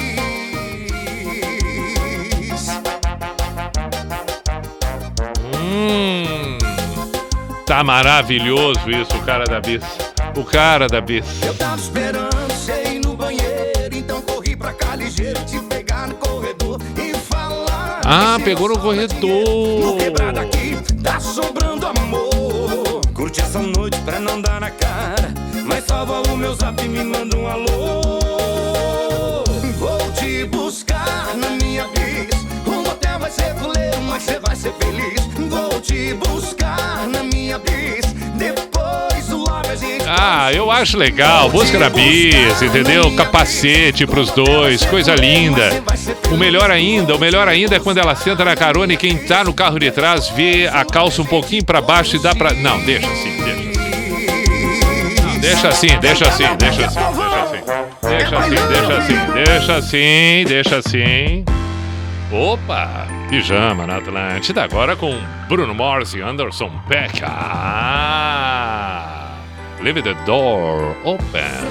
S3: Hum, tá maravilhoso isso, o cara da bis. O cara da bis.
S2: Eu tava esperando você ir no banheiro, então corri pra cá ligeiro, te pegar no corredor e falar.
S3: Ah, pegou no corredor.
S2: No quebrado aqui, tá sobrando amor. Curte essa noite pra não dar na cara, mas salva o meu zap e me manda um alô. Vou te buscar na minha bis, o motel vai ser fuleiro, mas você vai ser feliz. Vou te buscar na minha bis, depois o love a gente.
S3: Ah, eu acho legal. Busca na bis, entendeu? Capacete pros dois, coisa linda. O melhor ainda, o melhor ainda é quando ela senta na carona e quem tá no carro de trás vê a calça um pouquinho pra baixo e dá pra... Não, deixa assim, deixa assim. Não, deixa assim, deixa assim, deixa assim, deixa assim. Deixa assim, deixa assim, deixa assim, deixa assim. Opa, Pijama na Atlântida, agora com Bruno Mars e Anderson Peck. Ah, leave the door open.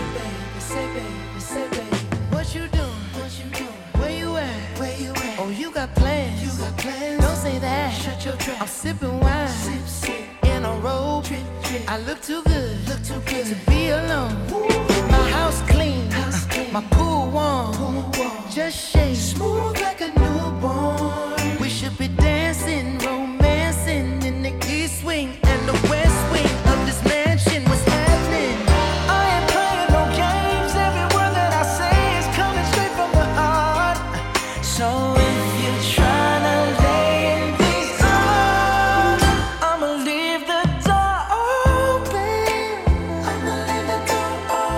S15: What you doing? What you doing? Where you at? Where you at? Oh, you got plans. You got plans. Don't say that. Shut your trap. I'm sipping wine. Sip, sip. In a robe. Trip, trip. I look too good. Look too good to be alone. Ooh. My house clean. House clean. My pool warm. Pool warm. Just shake. Smooth like a newborn. We should be dancing, romancing in the east wing and the west wing of this mansion. What's happening? I ain't playing no games. Every word that I say is coming straight from the heart. So if you're tryna lay in these arms, I'ma leave the door open. I'ma leave the door open.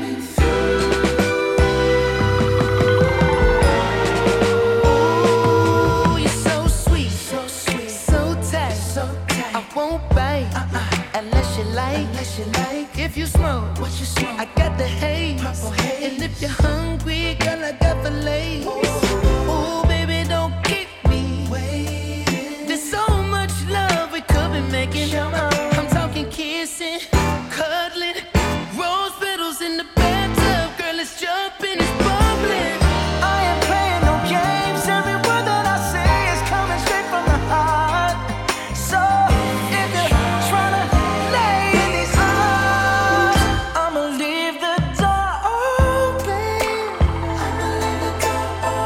S15: Ooh, you're so sweet, so sweet, so tight, so tight. I won't bite uh-uh. unless you like, unless you like. If you smoke, what you smoke? I got the haze. haze. And if you're hungry, girl, I got the lace. Ooh, baby, don't keep me waiting. There's so much love we could be making. I'm talking kissing, cuddling, rose petals in the bathtub. Girl, let's jump in, it's bubbling. I ain't playing no games. Every word that I say is coming straight from the heart. So if you're trying to lay in these arms, I'ma leave the door open. I'ma leave the door open.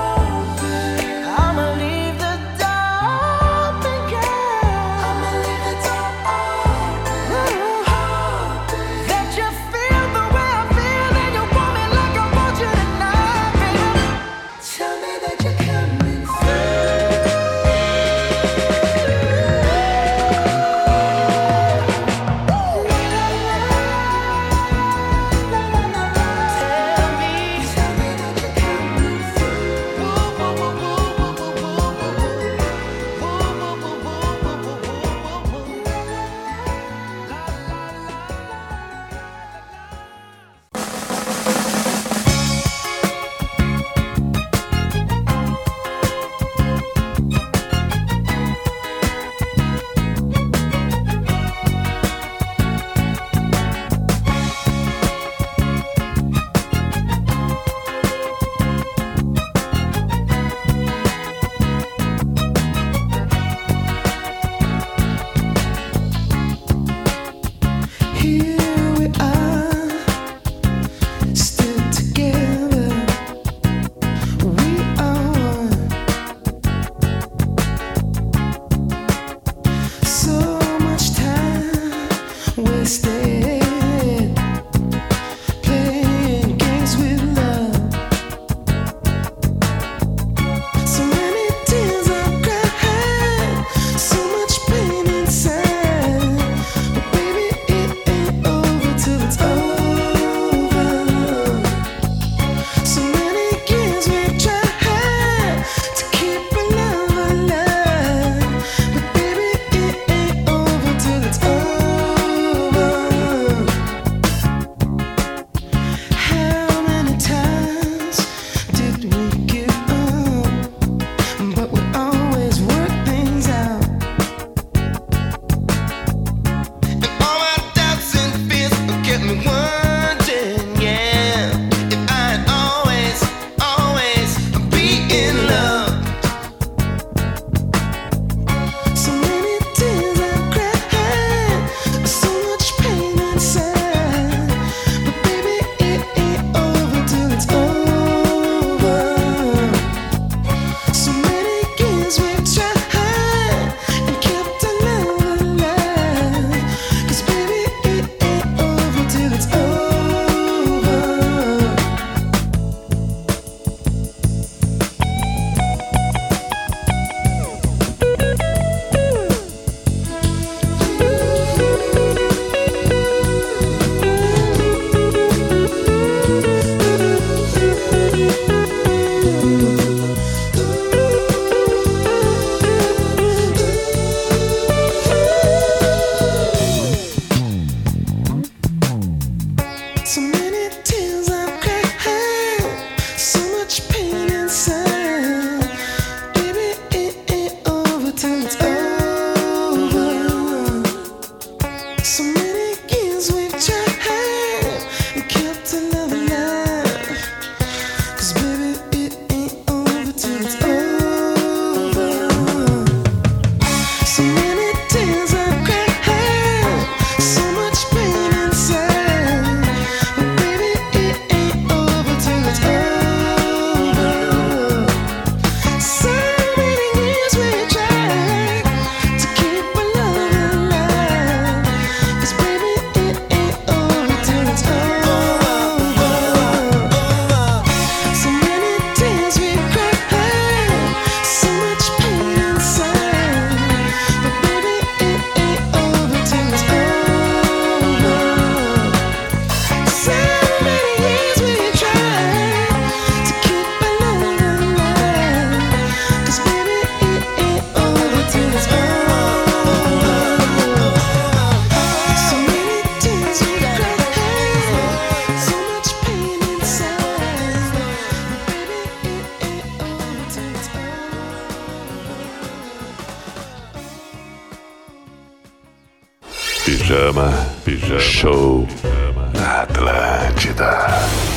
S1: Pijama, pijama, show pijama. Na Atlântida.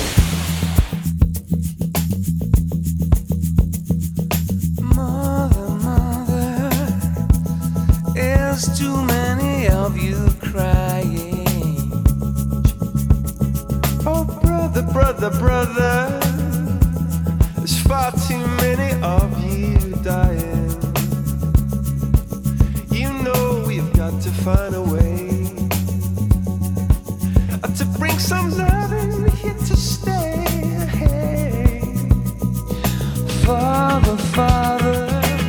S2: Mother, mother, there's too many of you crying. Oh, brother, brother, brother, there's far too many of you dying. You know we've got to find a way to bring some love in here to stay. Father, Father,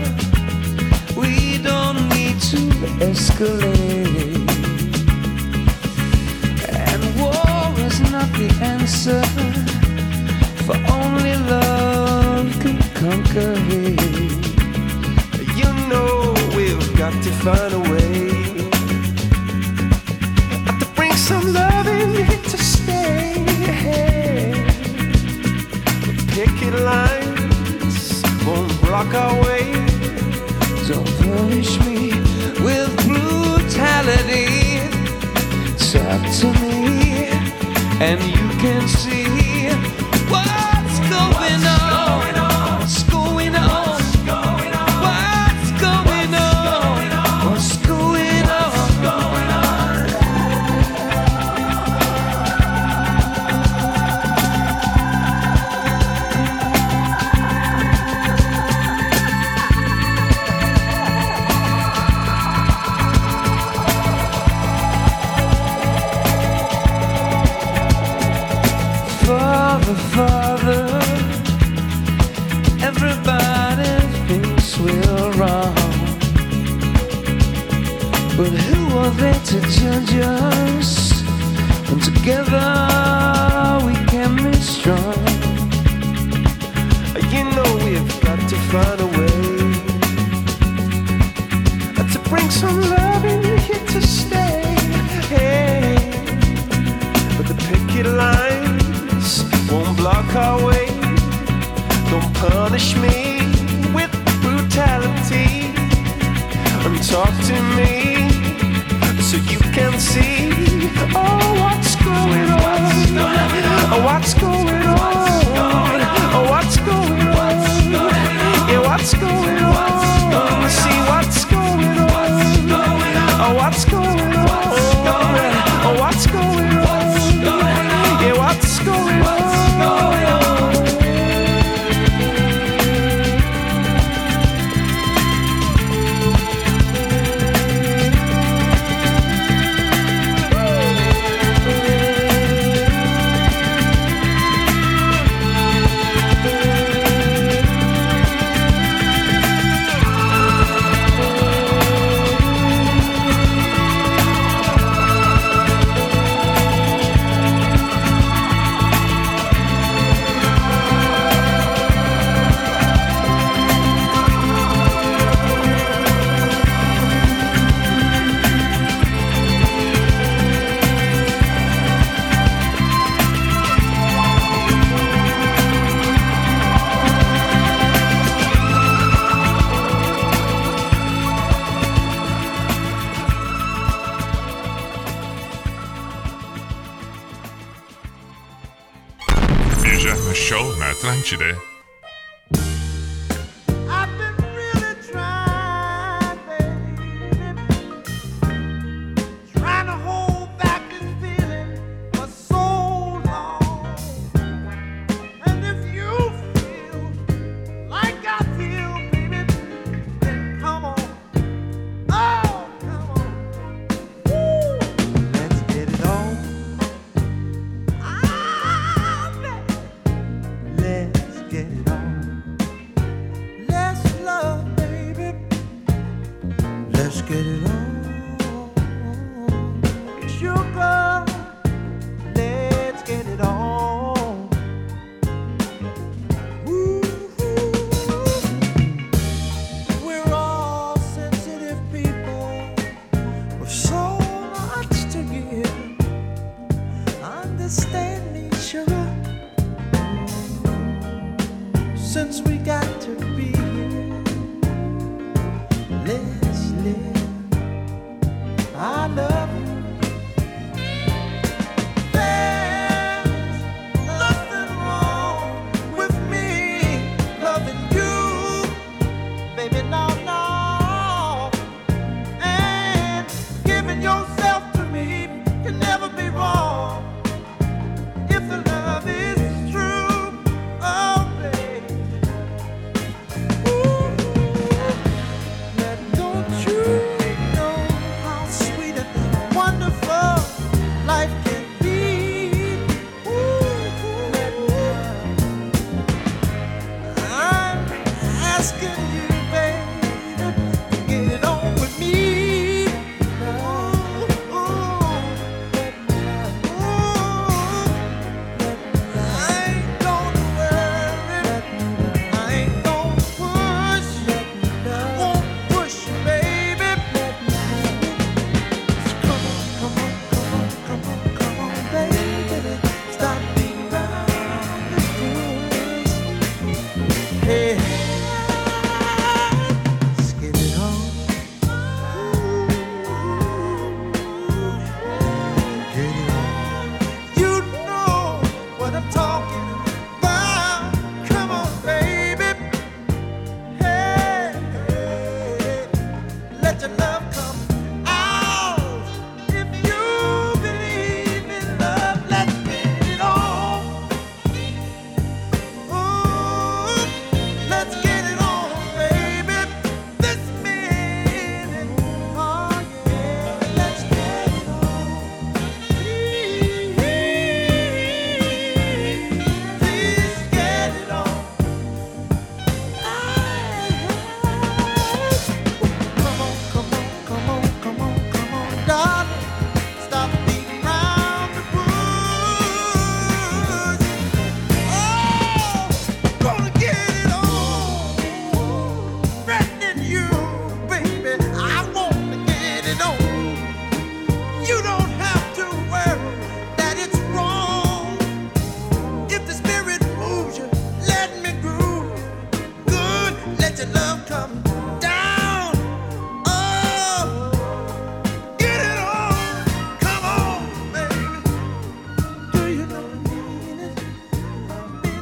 S2: we don't need to escalate. And war is not the answer, for only love can conquer hate. You know we've got to find a way to bring some love in here to stay. The picket lines won't block our way. Don't punish me with brutality. Talk to me and you can see what's going on. What's going on? What's going on? What's going on? What's going on? Father, Father, everybody thinks we're wrong, but who are they to judge us? And together we can be strong. You know we've got to find a way to bring some love in here to stay. But the picket lines won't block our way. Don't punish me with brutality, and talk to me so you can see, oh, what's going on? Oh, what's going on? Oh, what's going on? Yeah, what's going on? See what's going on? Oh, what's going on? Oh, what's going on? Yeah, what's going on?
S1: Pijama Show na Atlântida.
S2: Trying to hold back this feeling for so long. And if you feel like I feel, baby, then come on. Oh, come on. Woo. Let's get it on. Ah, baby. Let's get it on. Let's love, baby. Let's get it on. Sugar, let's get it on. Woo-hoo. We're all sensitive people with so much to give. Understand me, sugar, since we got to be here. Let's live. I love you.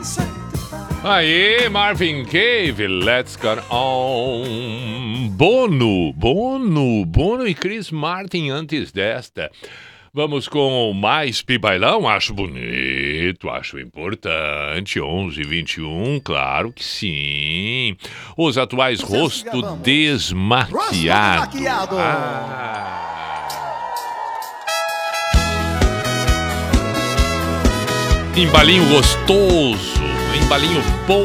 S3: Aí, Marvin Gaye, Let's Get On. Bono, Bono, Bono e Chris Martin antes desta. Vamos com mais Pibailão? Acho bonito, acho importante. onze e vinte e um, claro que sim. Os atuais rosto desmaquiado. Ah. Embalinho gostoso, embalinho bom.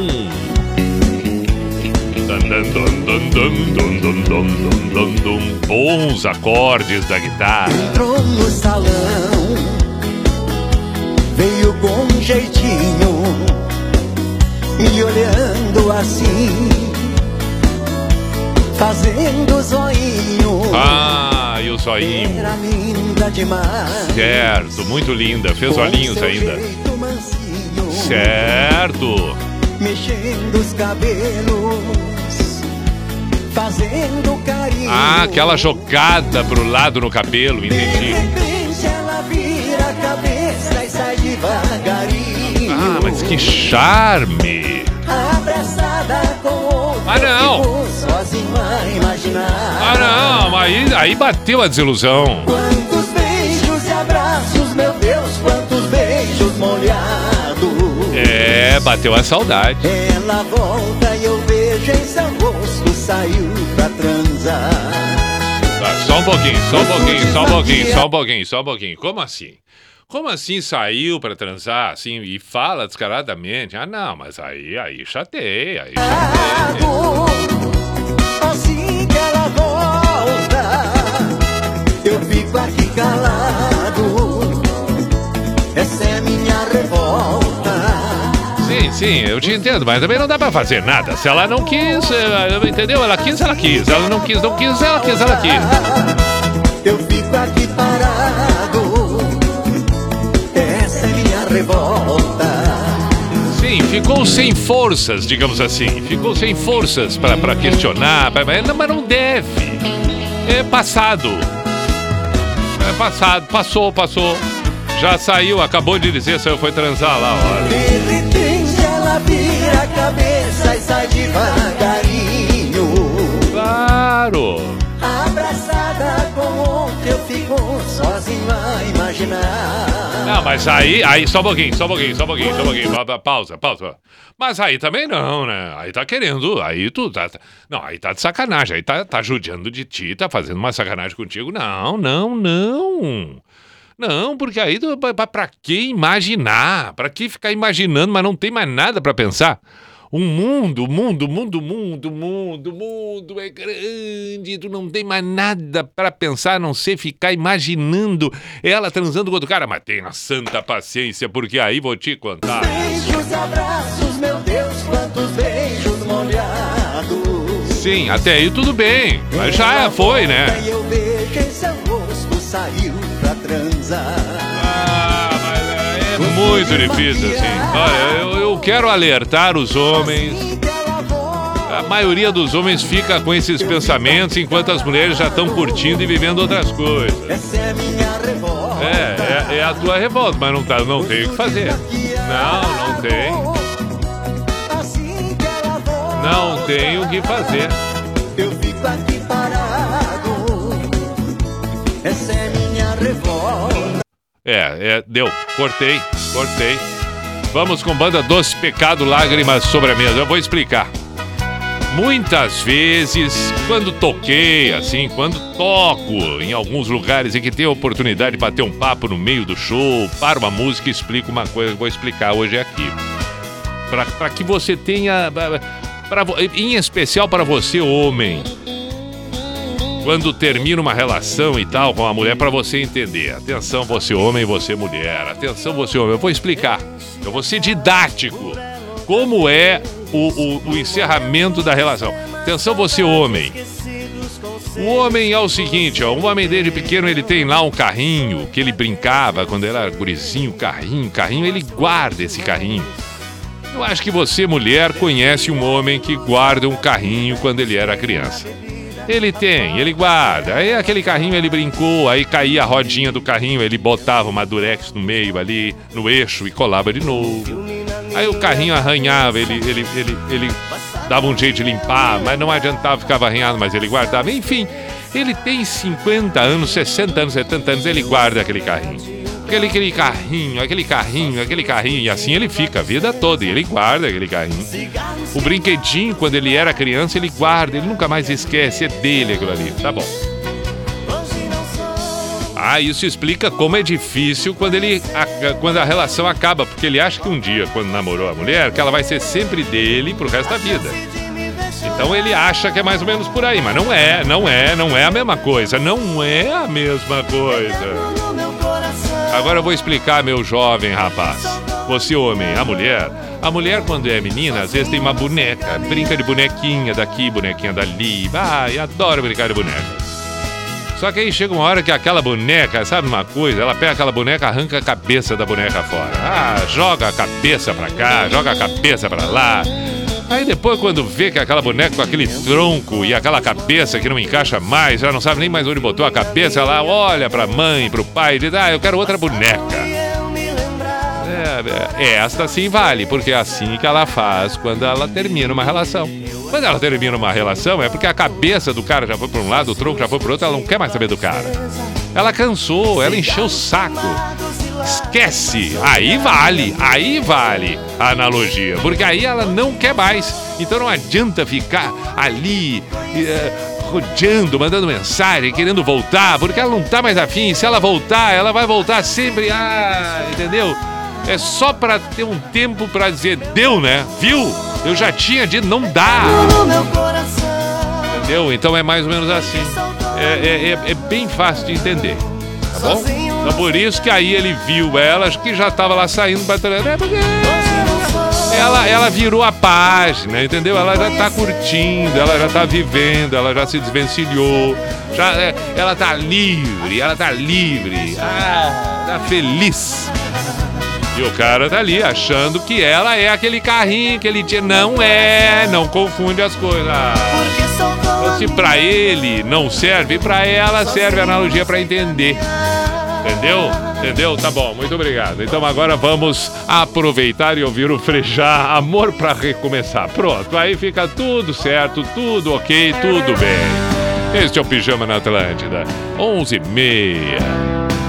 S3: Bons acordes da guitarra.
S7: Entrou no salão, veio com um jeitinho, me olhando assim, fazendo zoinho.
S3: Ah, e o zoinho.
S7: Era linda demais.
S3: Certo, muito linda. Fez olhinhos ainda. Certo.
S7: Mexendo os cabelos, fazendo carinho.
S3: Ah, aquela jogada pro lado no cabelo, entendi.
S7: De repente ela vira a cabeça e sai devagarinho.
S3: Ah, mas que charme.
S7: Abraçada com outro.
S3: Ah, não.
S7: Sozinho a imaginar.
S3: Ah, não, aí, aí bateu a desilusão.
S7: Quantos beijos e abraços, meu Deus, quantos beijos molhados.
S3: É, bateu a saudade.
S7: Ela volta e eu vejo em seu rosto, saiu pra transar.
S3: Tá, só um pouquinho, só um pouquinho, só um pouquinho, só um pouquinho, só um pouquinho. Como assim? Como assim saiu pra transar, assim, e fala descaradamente? Ah, não, mas aí, aí chatei, aí chatei.
S7: Assim que ela volta, eu fico aqui calado. Essa é minha revolta.
S3: Sim, sim, eu te entendo, mas também não dá pra fazer nada. Se ela não quis, entendeu? Ela quis, ela quis. Ela não quis, não quis, ela quis, ela quis.
S7: Eu fico aqui parado. Essa é minha revolta.
S3: Sim, ficou sem forças, digamos assim. Ficou sem forças pra, pra questionar, pra, mas não deve. É passado. É passado, passou, passou. Já saiu, acabou de dizer, saiu, foi transar lá, olha.
S7: De repente ela vira a cabeça e sai devagarinho.
S3: Claro.
S7: Abraçada com outro, eu fico sozinho a imaginar.
S3: Não, mas aí, aí, só um pouquinho, só um pouquinho, só um pouquinho, só um pouquinho, pausa, pausa. Mas aí também não, né? Aí tá querendo, aí tu tá, tá não, aí tá de sacanagem, aí tá, tá judiando de ti, tá fazendo uma sacanagem contigo. Não, não, não. Não, porque aí pra, pra que imaginar? Pra que ficar imaginando, mas não tem mais nada pra pensar? Um mundo, mundo, mundo, mundo, mundo, mundo é grande, tu não tem mais nada pra pensar, a não ser ficar imaginando ela transando com outro cara. Mas tenha santa paciência, porque aí vou te contar.
S7: Beijos, abraços, meu Deus, quantos beijos molhados.
S3: Sim, até aí tudo bem, mas já foi, né?
S7: E eu vejo em seu rosto, saiu pra transar.
S3: Ah, mas é muito difícil, assim. Olha, eu, eu quero alertar os homens. A maioria dos homens fica com esses pensamentos enquanto as mulheres já estão curtindo e vivendo outras coisas.
S7: Essa é minha revolta.
S3: É, é, é a tua revolta, mas não, tá, não tem o que fazer. Não, não tem. Não tem o que fazer.
S7: Eu fico aqui parado. Essa é minha revolta.
S3: É, é, deu. Cortei, cortei. Vamos com banda Doce Pecado, Lágrimas sobre a Mesa. Eu vou explicar. Muitas vezes, quando toquei, assim, quando toco em alguns lugares em que tenho a oportunidade de bater um papo no meio do show, paro uma música e explico uma coisa que vou explicar hoje aqui. Para que você tenha... Pra, em especial para você, homem. Quando termina uma relação e tal com a mulher, para você entender. Atenção, você homem e você mulher. Atenção, você homem. Eu vou explicar. Eu vou ser didático. Como é o, o, o encerramento da relação. Atenção, você homem. O homem é o seguinte, ó. Um homem desde pequeno, ele tem lá um carrinho que ele brincava quando era gurizinho. Carrinho, carrinho. Ele guarda esse carrinho. Eu acho que você, mulher, conhece um homem que guarda um carrinho quando ele era criança. Ele tem, ele guarda. Aí aquele carrinho ele brincou, aí caía a rodinha do carrinho, ele botava uma durex no meio ali, no eixo e colava de novo. Aí o carrinho arranhava, ele, ele, ele, ele dava um jeito de limpar, mas não adiantava, ficava arranhado, mas ele guardava. Enfim, ele tem cinquenta anos, sessenta anos, setenta anos, ele guarda aquele carrinho. Aquele, aquele carrinho, aquele carrinho, aquele carrinho. E assim ele fica a vida toda, e ele guarda aquele carrinho. O brinquedinho, quando ele era criança, ele guarda, ele nunca mais esquece, é dele aquilo ali, tá bom. Ah, isso explica como é difícil quando, ele, a, quando a relação acaba, porque ele acha que um dia, quando namorou a mulher, que ela vai ser sempre dele pro resto da vida. Então ele acha que é mais ou menos por aí, mas não é, não é, não é a mesma coisa, não é a mesma coisa. Agora eu vou explicar, meu jovem rapaz. Você homem, a mulher, a mulher quando é menina, às vezes tem uma boneca, brinca de bonequinha daqui, bonequinha dali, ai, adoro brincar de boneca. Só que aí chega uma hora que aquela boneca, sabe uma coisa? Ela pega aquela boneca, arranca a cabeça da boneca fora. Ah, joga a cabeça pra cá, joga a cabeça pra lá. Aí depois quando vê que aquela boneca com aquele tronco e aquela cabeça que não encaixa mais, já não sabe nem mais onde botou a cabeça, ela olha pra mãe, pro pai e diz, ah, eu quero outra boneca. É, é, esta sim vale, porque é assim que ela faz quando ela termina uma relação. Quando ela termina uma relação, é porque a cabeça do cara já foi para um lado, o tronco já foi para o outro, ela não quer mais saber do cara. Ela cansou, ela encheu o saco. Esquece, aí vale, aí vale a analogia, porque aí ela não quer mais. Então não adianta ficar ali uh, rodeando, mandando mensagem, querendo voltar, porque ela não tá mais afim. Se ela voltar, ela vai voltar sempre, ah, entendeu? É só pra ter um tempo pra dizer, deu, né? Viu? Eu já tinha dito, não dá. Entendeu? Então é mais ou menos assim. É, é, é bem fácil de entender. Tá bom? Então por isso que aí ele viu ela, acho que já tava lá saindo, batendo. Ela, ela virou a página, entendeu? Ela já tá curtindo, ela já tá vivendo, ela já se desvencilhou. Já, é, ela tá livre, ela tá livre. Ah, tá feliz. E o cara tá ali achando que ela é aquele carrinho que ele tinha. Não é, não confunde as coisas. Então, se pra ele não serve, pra ela serve a analogia pra entender. Entendeu? Entendeu? Tá bom, muito obrigado. Então agora vamos aproveitar e ouvir o Frejá, Amor pra Recomeçar. Pronto, aí fica tudo certo, tudo ok, tudo bem. Este é o Pijama na Atlântida, onze e meia.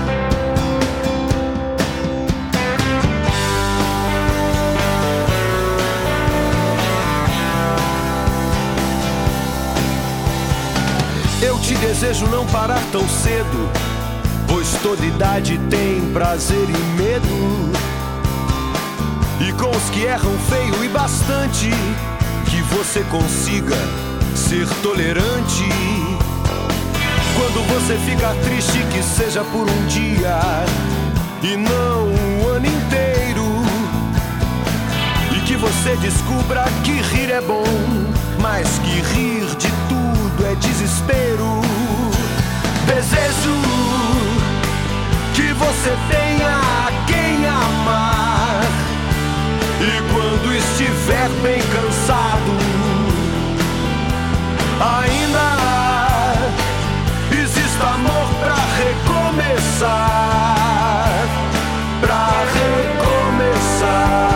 S4: Eu te desejo não parar tão cedo, pois toda idade tem prazer e medo. E com os que erram feio e bastante, que você consiga ser tolerante. Quando você ficar triste, que seja por um dia e não um ano inteiro. E que você descubra que rir é bom, mas que rir de tudo é desespero. Desejo que você tenha quem amar, e quando estiver bem cansado, ainda exista amor pra recomeçar, pra recomeçar.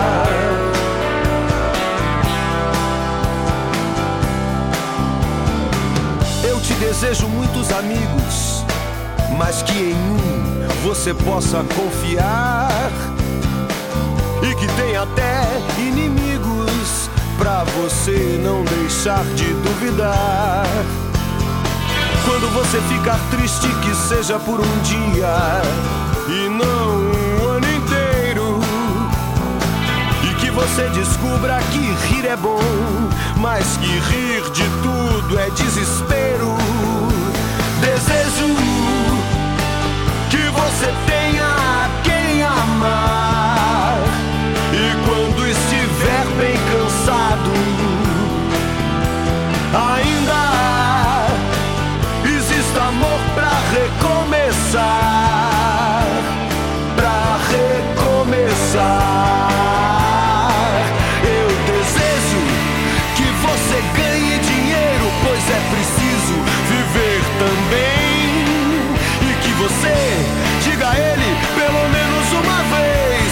S4: Eu te desejo muitos amigos, mas que em um você possa confiar, e que tem até inimigos pra você não deixar de duvidar. Quando você ficar triste, que seja por um dia e não um ano inteiro. E que você descubra que rir é bom, mas que rir de tudo é desespero. Desejo que você tenha quem amar, e quando estiver bem cansado, ainda exista amor pra recomeçar, pra recomeçar. Eu desejo que você ganhe dinheiro, pois é preciso viver também. E que você diga a ele pelo menos uma vez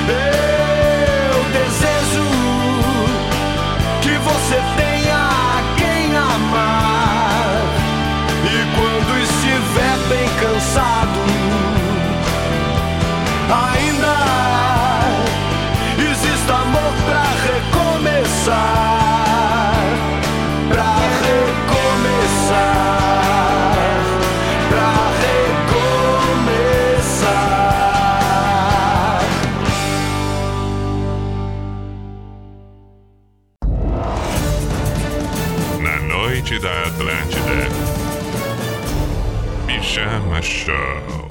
S4: Eu desejo que você tenha quem amar. E quando estiver bem cansado, ainda existe amor pra recomeçar. Pra recomeçar. Pra recomeçar.
S1: Na noite da Atlântida. Pijama Show.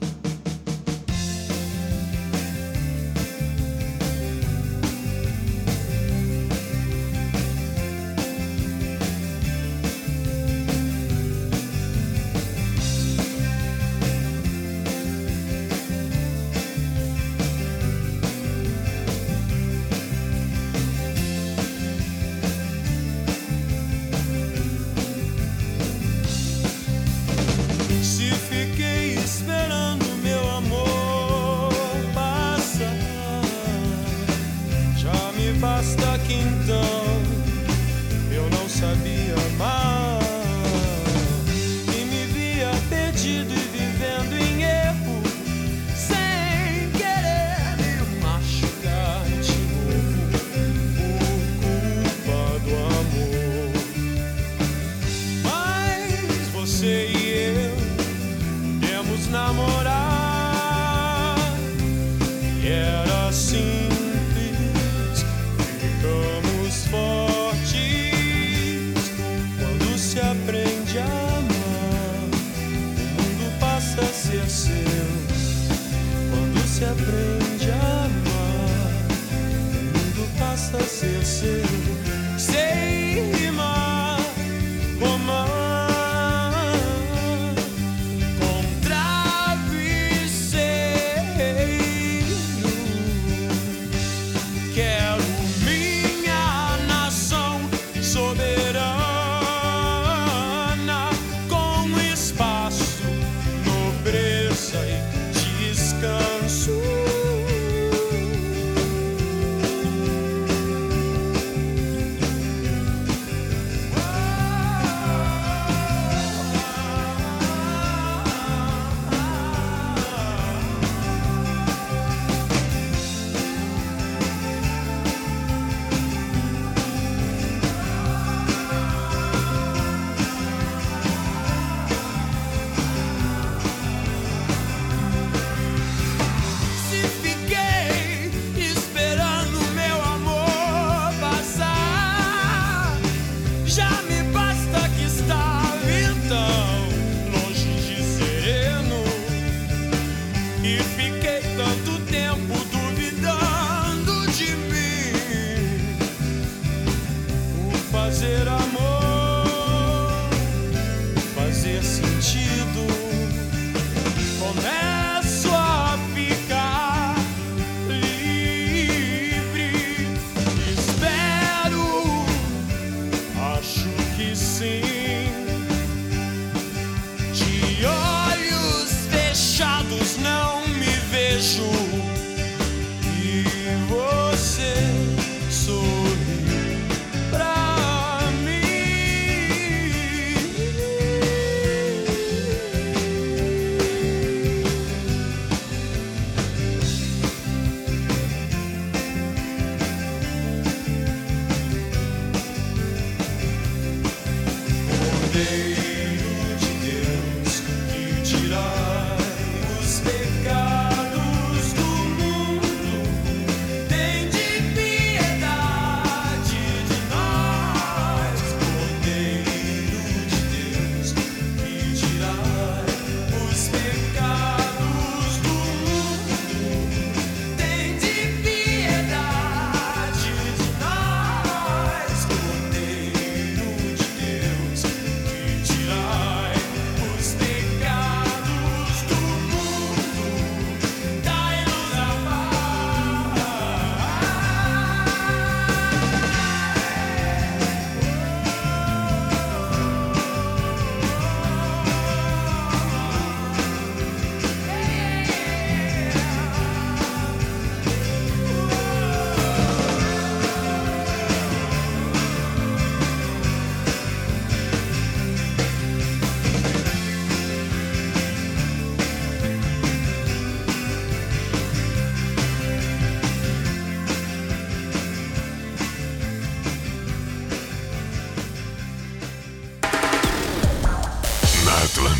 S2: Se fiquei esperando meu amor passar, já me basta que então eu não sabia amar e me via perdido e vivendo em erro, sem querer me machucar de novo por culpa do amor. Mas você e eu viemos namorar e era simples, ficamos fortes. Quando se aprende a amar, o mundo passa a ser seu. Quando se aprende a amar, o mundo passa a ser seu. Sei rimar, romar com travesseiro. Quero minha nação soberana, com espaço, nobreza e descanso.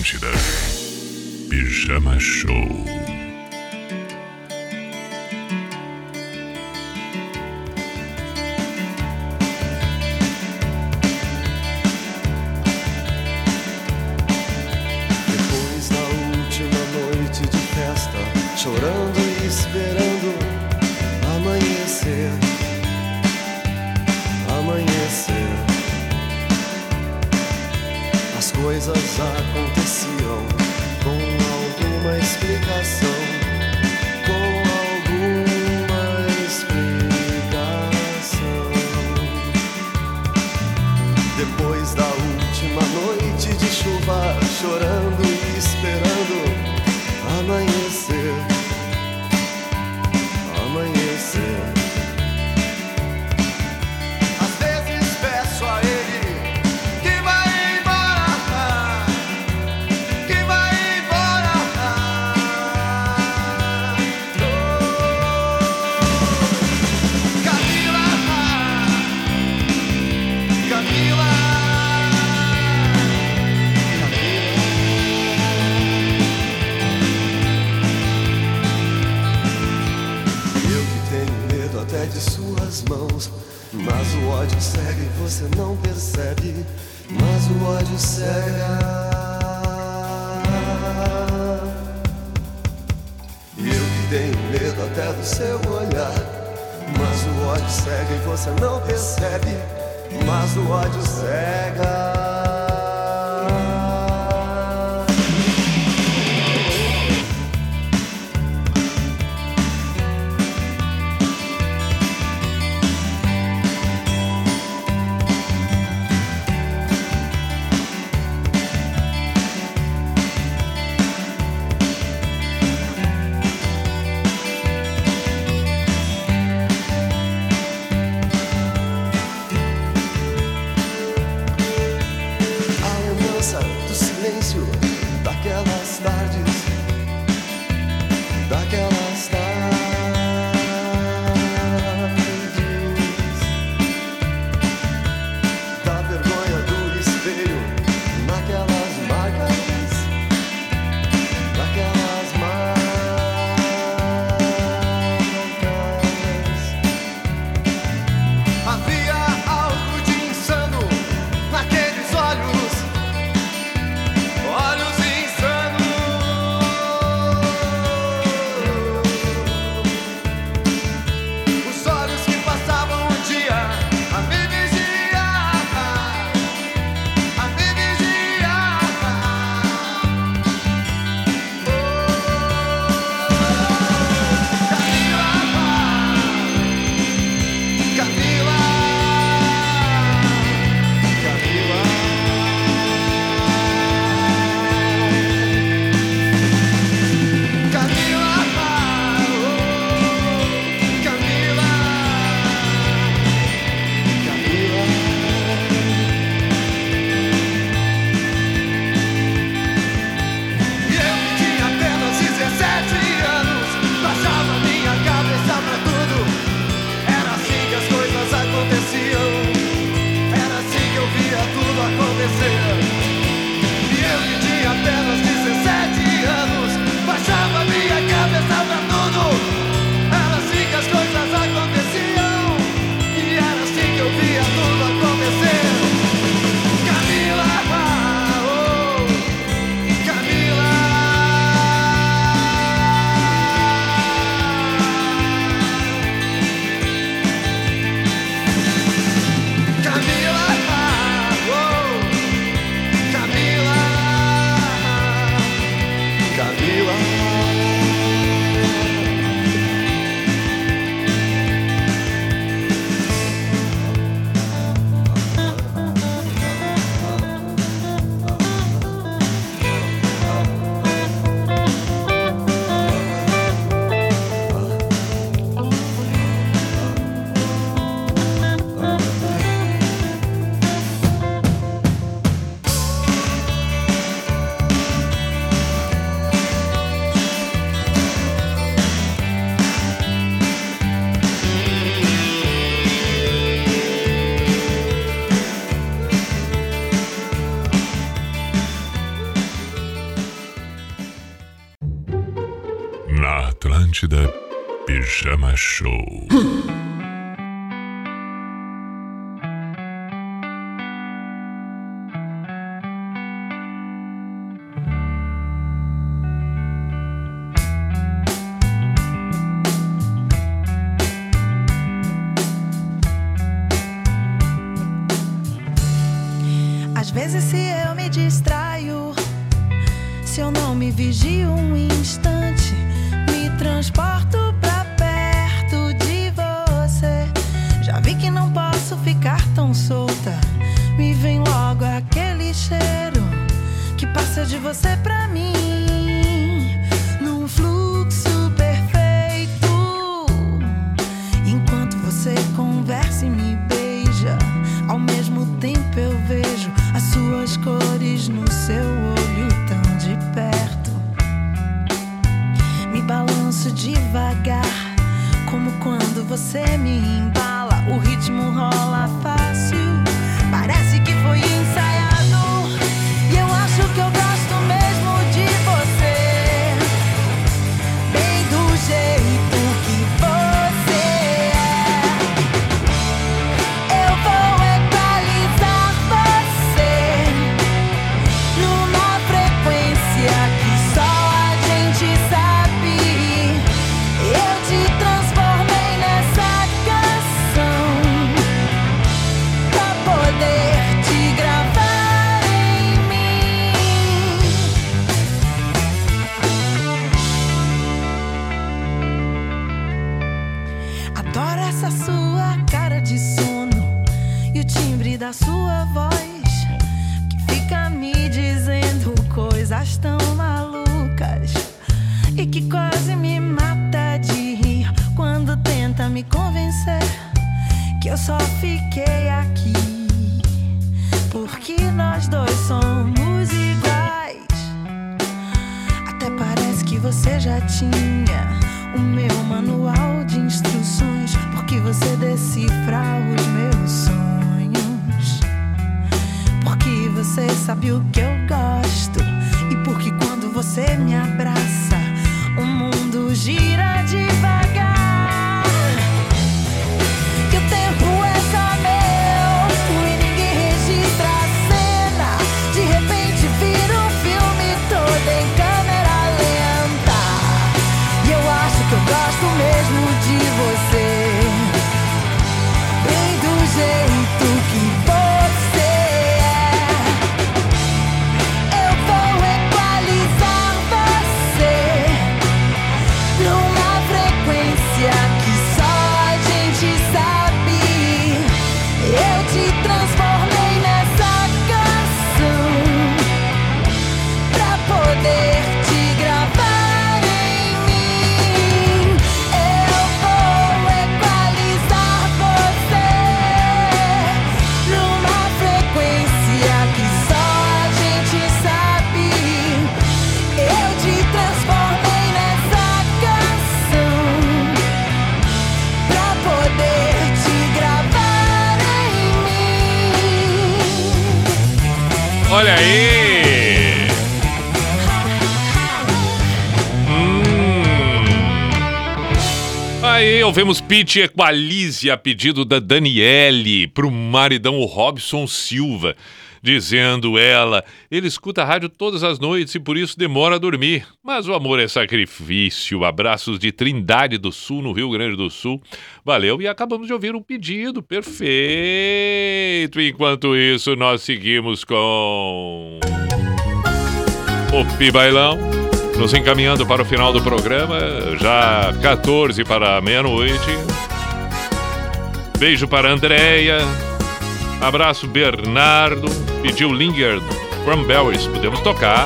S1: Atlântida. Pijama Show.
S4: Depois da última noite de festa, chorando e esperando amanhecer, amanhecer. As coisas aconteciam com alguma explicação, com alguma explicação. Depois da última noite de chuva, chorando e esperando amanhecer, amanhecer. Às vezes peço a ele que vai embora, que vai embora. Oh, Camila, Camila. Até de suas mãos, mas o ódio cega e você não percebe, mas o ódio cega. E eu que tenho medo até do seu olhar, mas o ódio cega e você não percebe, mas o ódio cega.
S1: Atlântida Pijama Show.
S15: Às vezes se eu me distraio, se eu não me vigio um instante, me transporto pra perto de você. Já vi que não posso ficar tão solta, me vem logo aquele cheiro que passa de você pra mim, num fluxo perfeito. Enquanto você conversa e me beija, ao mesmo tempo eu vejo as suas cores no seu olho tão de perto. Me balanço devagar, como quando você me embala. O ritmo rola fácil, parece que foi ensaiado. E eu acho que eu gosto mesmo de você, bem do jeito que você é. Eu vou equalizar você numa frequência que só a gente sabe. Eu te transformei nessa canção pra poder te gravar em mim. Adoro essa sua cara de sono e o timbre da sua voz, que fica me dizendo coisas tão malucas e que quase me mata de rir quando tenta me convencer que eu só fiquei aqui porque nós dois somos iguais. Até parece que você já tinha o meu manual de instruções, porque você decifra os meus sonhos, porque você sabe o que eu gosto e porque quando você me abraça o mundo gira devagar. Que o tempo é só meu e ninguém registra a cena. De repente vira um filme todo em câmera lenta. E eu acho que eu gosto mesmo de você, bem do jeito que você é. Eu vou equalizar você numa frequência que só a gente sabe. Eu te transformei nessa canção pra poder te gravar em mim. Eu vou equalizar você numa frequência que só a gente sabe. Eu te transformei nessa canção pra poder te gravar em mim.
S3: Olha aí! Hum. Aí ouvimos Pitty Equalize a pedido da Daniele pro maridão o Robson Silva, dizendo ela: ele escuta a rádio todas as noites e por isso demora a dormir, mas o amor é sacrifício. Abraços de Trindade do Sul, no Rio Grande do Sul. Valeu, e acabamos de ouvir um pedido, perfeito. Enquanto isso, nós seguimos com o Pi Bailão, nos encaminhando para o final do programa, já quatorze para a meia-noite. Beijo para a Andréia. Abraço, Bernardo. Pediu Linger Cranberries, podemos tocar.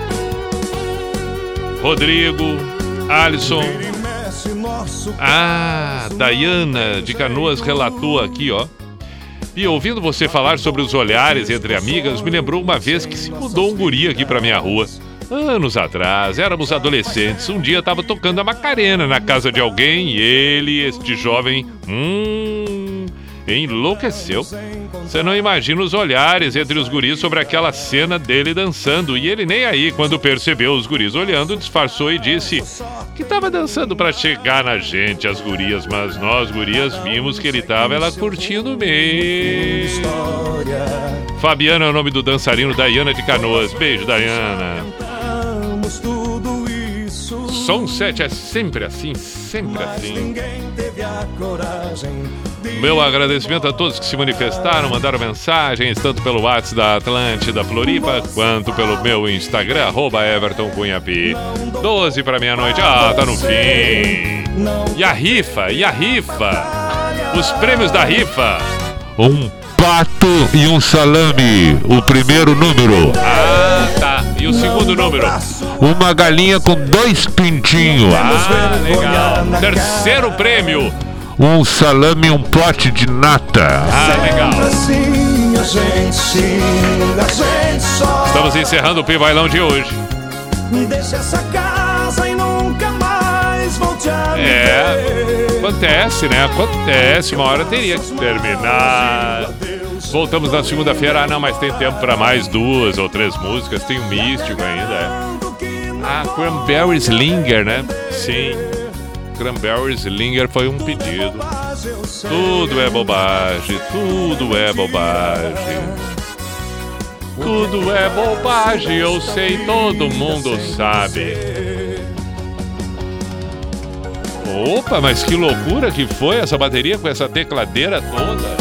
S3: Rodrigo, Alisson. Ah, Dayana de Canoas relatou aqui, ó. E ouvindo você falar sobre os olhares entre amigas, me lembrou uma vez que se mudou um guri aqui pra minha rua. Anos atrás, éramos adolescentes. Um dia tava tocando a Macarena na casa de alguém e ele, este jovem, hum, enlouqueceu. Você não imagina os olhares entre os guris sobre aquela cena dele dançando. E ele nem aí, quando percebeu os guris olhando, disfarçou e disse que tava dançando pra chegar na gente, as gurias. Mas nós, gurias, vimos que ele tava ela curtindo mesmo. Fabiano é o nome do dançarino Dayana de Canoas. Beijo, Dayana. Som sete é sempre assim, sempre assim. Meu agradecimento a todos que se manifestaram, mandaram mensagens, tanto pelo WhatsApp da Atlântida Floripa, quanto pelo meu Instagram, arroba Everton Cunhapi. doze para meia-noite, ah, tá no fim. E a rifa, e a rifa? Os prêmios da rifa.
S5: Um pato e um salame, o primeiro número.
S3: Ah, tá. E o segundo número?
S5: Uma galinha com dois pintinhos.
S3: Ah, legal. Terceiro prêmio.
S5: Um salame e um pote de nata.
S3: Ah, legal. Estamos encerrando o P-Bailão de hoje.
S4: Deixa essa casa e nunca mais volte a
S3: É, acontece, né? Acontece. Uma hora teria que terminar. Voltamos na segunda-feira. Ah, não, mas tem tempo para mais duas ou três músicas. Tem um místico ainda. É. Ah, Cranberries Linger, né? Sim. Cranberries Linger foi um pedido. Tudo é bobagem, tudo é bobagem. Tudo é bobagem, eu sei, todo mundo sabe. Opa, mas que loucura que foi essa bateria com essa tecladeira toda.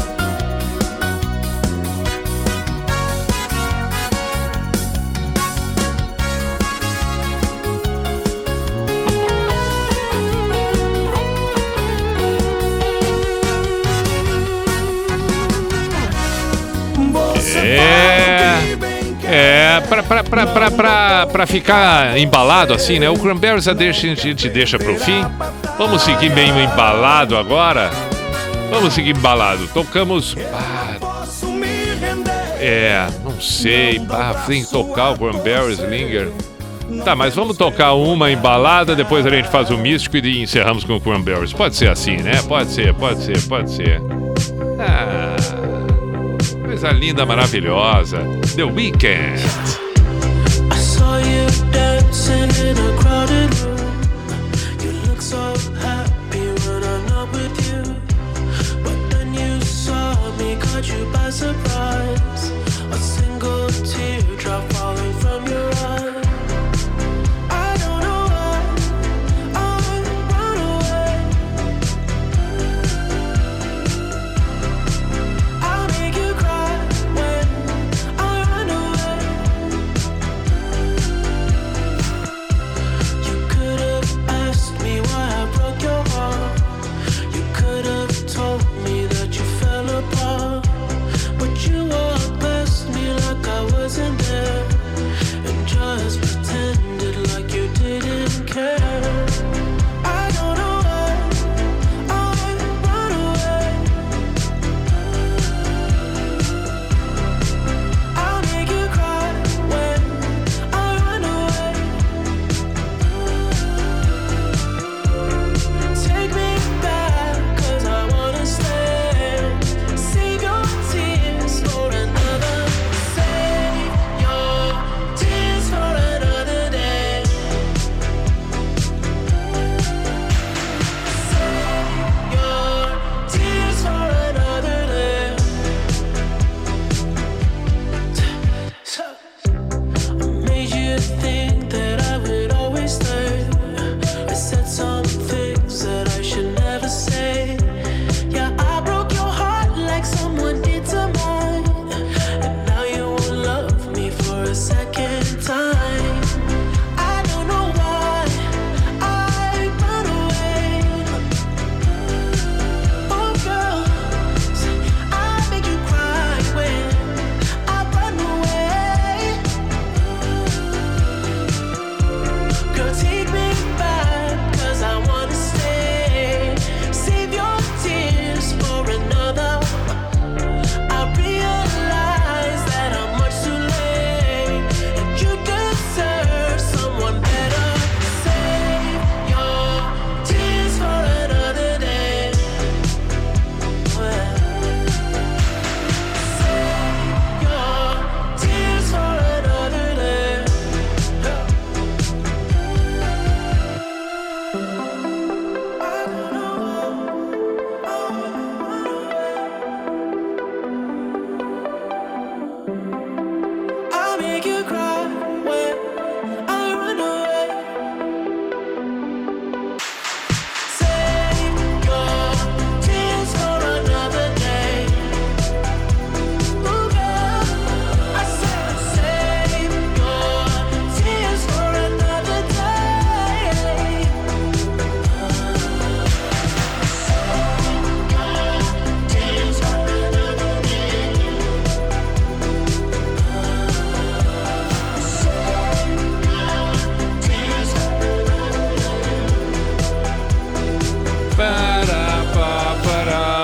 S3: É, é pra, pra, pra, pra, pra, pra ficar embalado assim, né? O Cranberries a gente deixa pro fim. Vamos seguir meio embalado agora. Vamos seguir embalado. Tocamos. Ah, é, não sei. Ah, tem que tocar o Cranberries Linger. Tá, mas vamos tocar uma embalada, depois a gente faz o místico e encerramos com o Cranberries. Pode ser assim, né? Pode ser, pode ser, pode ser. Ah. Coisa linda, maravilhosa. The Weeknd.
S2: I saw you dancing in a crowded room. You look so happy when I'm not with you. But then you saw me, caught you by surprise. A single teardrop falling from your eye. I don't know why I run away. I'll make you cry when I run away. You could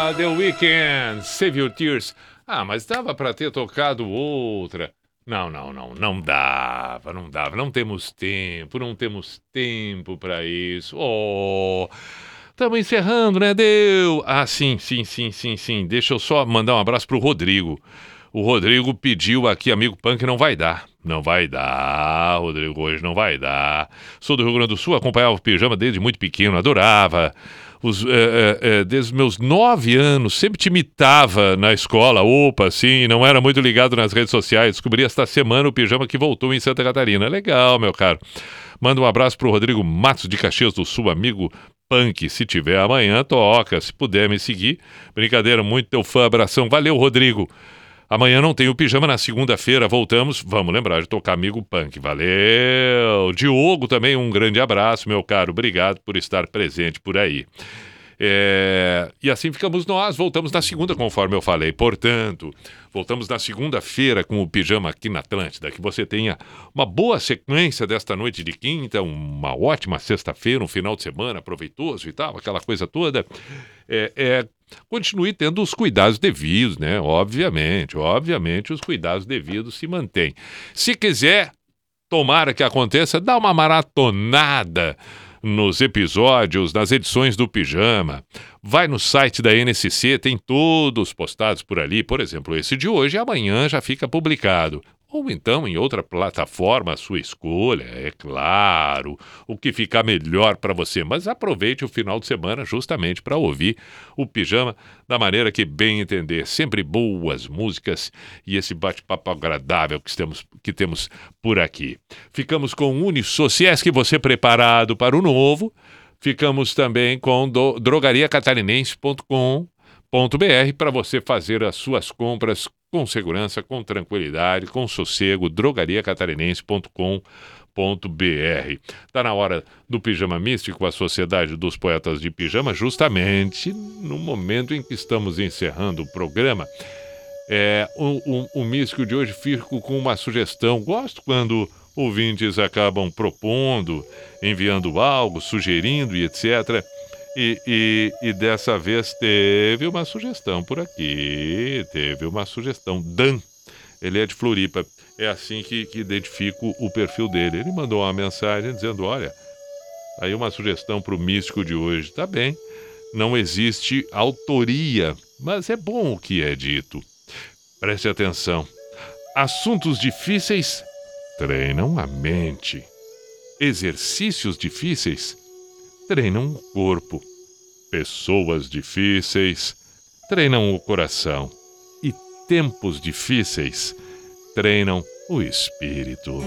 S3: Ah, The Weeknd, Save Your Tears. Ah, mas dava pra ter tocado outra. Não, não, não, não dava, não dava. Não temos tempo, não temos tempo pra isso. Oh, estamos encerrando, né, Deu? Ah, sim, sim, sim, sim, sim. Deixa eu só mandar um abraço pro Rodrigo. O Rodrigo pediu aqui, amigo punk, não vai dar. Não vai dar, Rodrigo, hoje não vai dar. Sou do Rio Grande do Sul, acompanhava o Pijama desde muito pequeno, adorava. Os, é, é, desde os meus nove anos, sempre te imitava na escola, opa, assim, não era muito ligado nas redes sociais. Descobri esta semana o Pijama que voltou em Santa Catarina. Legal, meu caro. Manda um abraço pro Rodrigo Matos de Caxias do Sul, amigo punk. Se tiver amanhã, toca. Se puder me seguir. Brincadeira, muito teu fã, abração. Valeu, Rodrigo. Amanhã não tem o Pijama, na segunda-feira voltamos. Vamos lembrar de tocar Amigo Punk. Valeu! Diogo também, um grande abraço, meu caro. Obrigado por estar presente por aí. É... E assim ficamos nós. Voltamos na segunda, conforme eu falei. Portanto, voltamos na segunda-feira com o Pijama aqui na Atlântida. Que você tenha uma boa sequência desta noite de quinta, uma ótima sexta-feira, um final de semana proveitoso e tal, aquela coisa toda. É... é... Continue tendo os cuidados devidos, né? Obviamente, obviamente os cuidados devidos se mantêm. Se quiser, tomara que aconteça, dá uma maratonada nos episódios, nas edições do Pijama. Vai no site da N S C, tem todos postados por ali. Por exemplo, esse de hoje, amanhã já fica publicado. Ou então em outra plataforma, a sua escolha, é claro, o que ficar melhor para você. Mas aproveite o final de semana justamente para ouvir o Pijama da maneira que bem entender. Sempre boas músicas e esse bate-papo agradável que, estamos, que temos por aqui. Ficamos com o Unisociesc, você preparado para o novo. Ficamos também com do, drogaria catarinense ponto com ponto b r para você fazer as suas compras com segurança, com tranquilidade, com sossego. drogaria catarinense ponto com ponto b r. Está na hora do Pijama Místico, a Sociedade dos Poetas de Pijama, justamente no momento em que estamos encerrando o programa. É, o, o, o Místico de hoje fico com uma sugestão. Gosto quando ouvintes acabam propondo, enviando algo, sugerindo e etcétera. E, e, e dessa vez teve uma sugestão por aqui, teve uma sugestão. Dan, ele é de Floripa, é assim que, que identifico o perfil dele. Ele mandou uma mensagem dizendo, olha, aí uma sugestão para o Místico de hoje. Tá bem, não existe autoria, mas é bom o que é dito. Preste atenção. Assuntos difíceis treinam a mente. Exercícios difíceis treinam o corpo. Pessoas difíceis treinam o coração. E tempos difíceis treinam o espírito.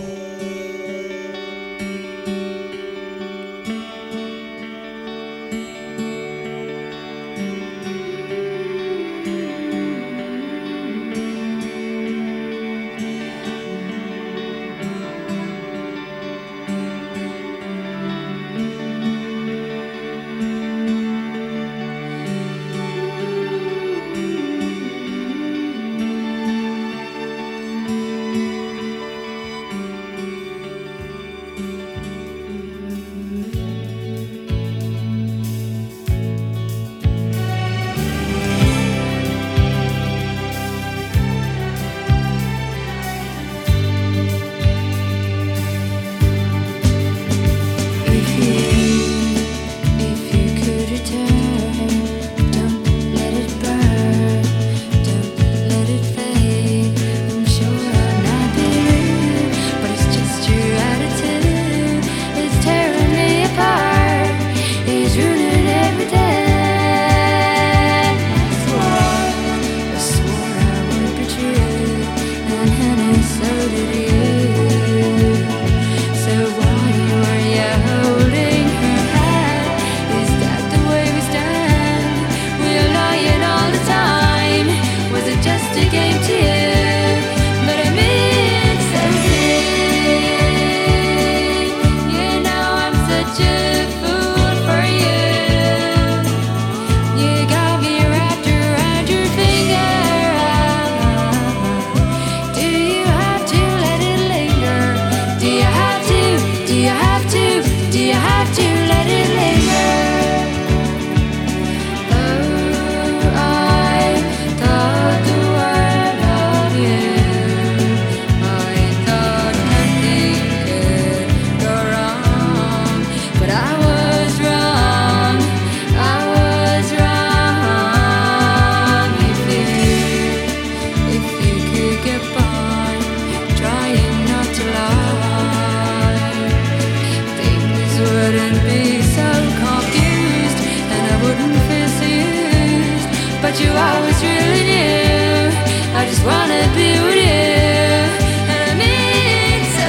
S16: but you always really knew I just wanna be with you. And I mean so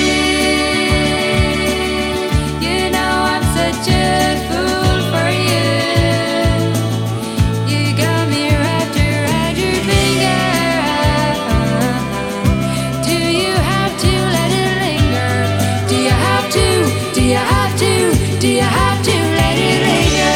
S16: deep. You know I'm such a fool for you. You got me wrapped around your finger. Do you have to let it linger? Do you have to? Do you have to? Do you have to let it linger?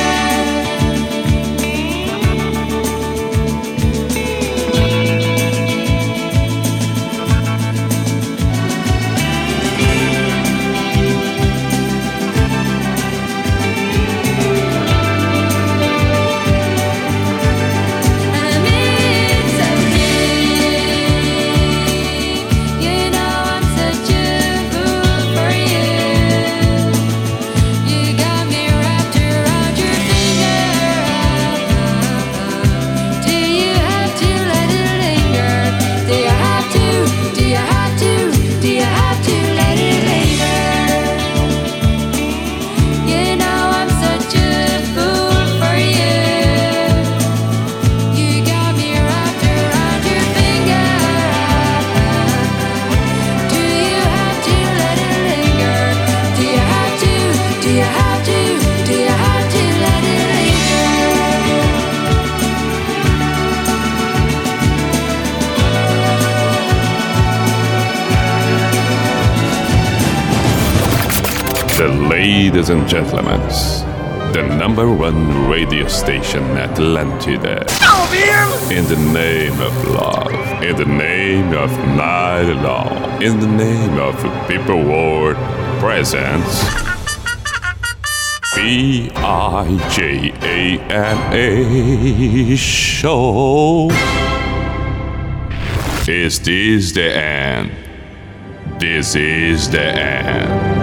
S1: Ladies and gentlemen, the number one radio station Atlantida. In the name of love, in the name of night long, in the name of people world presents B I J A N A show. Is this the end? This is the end.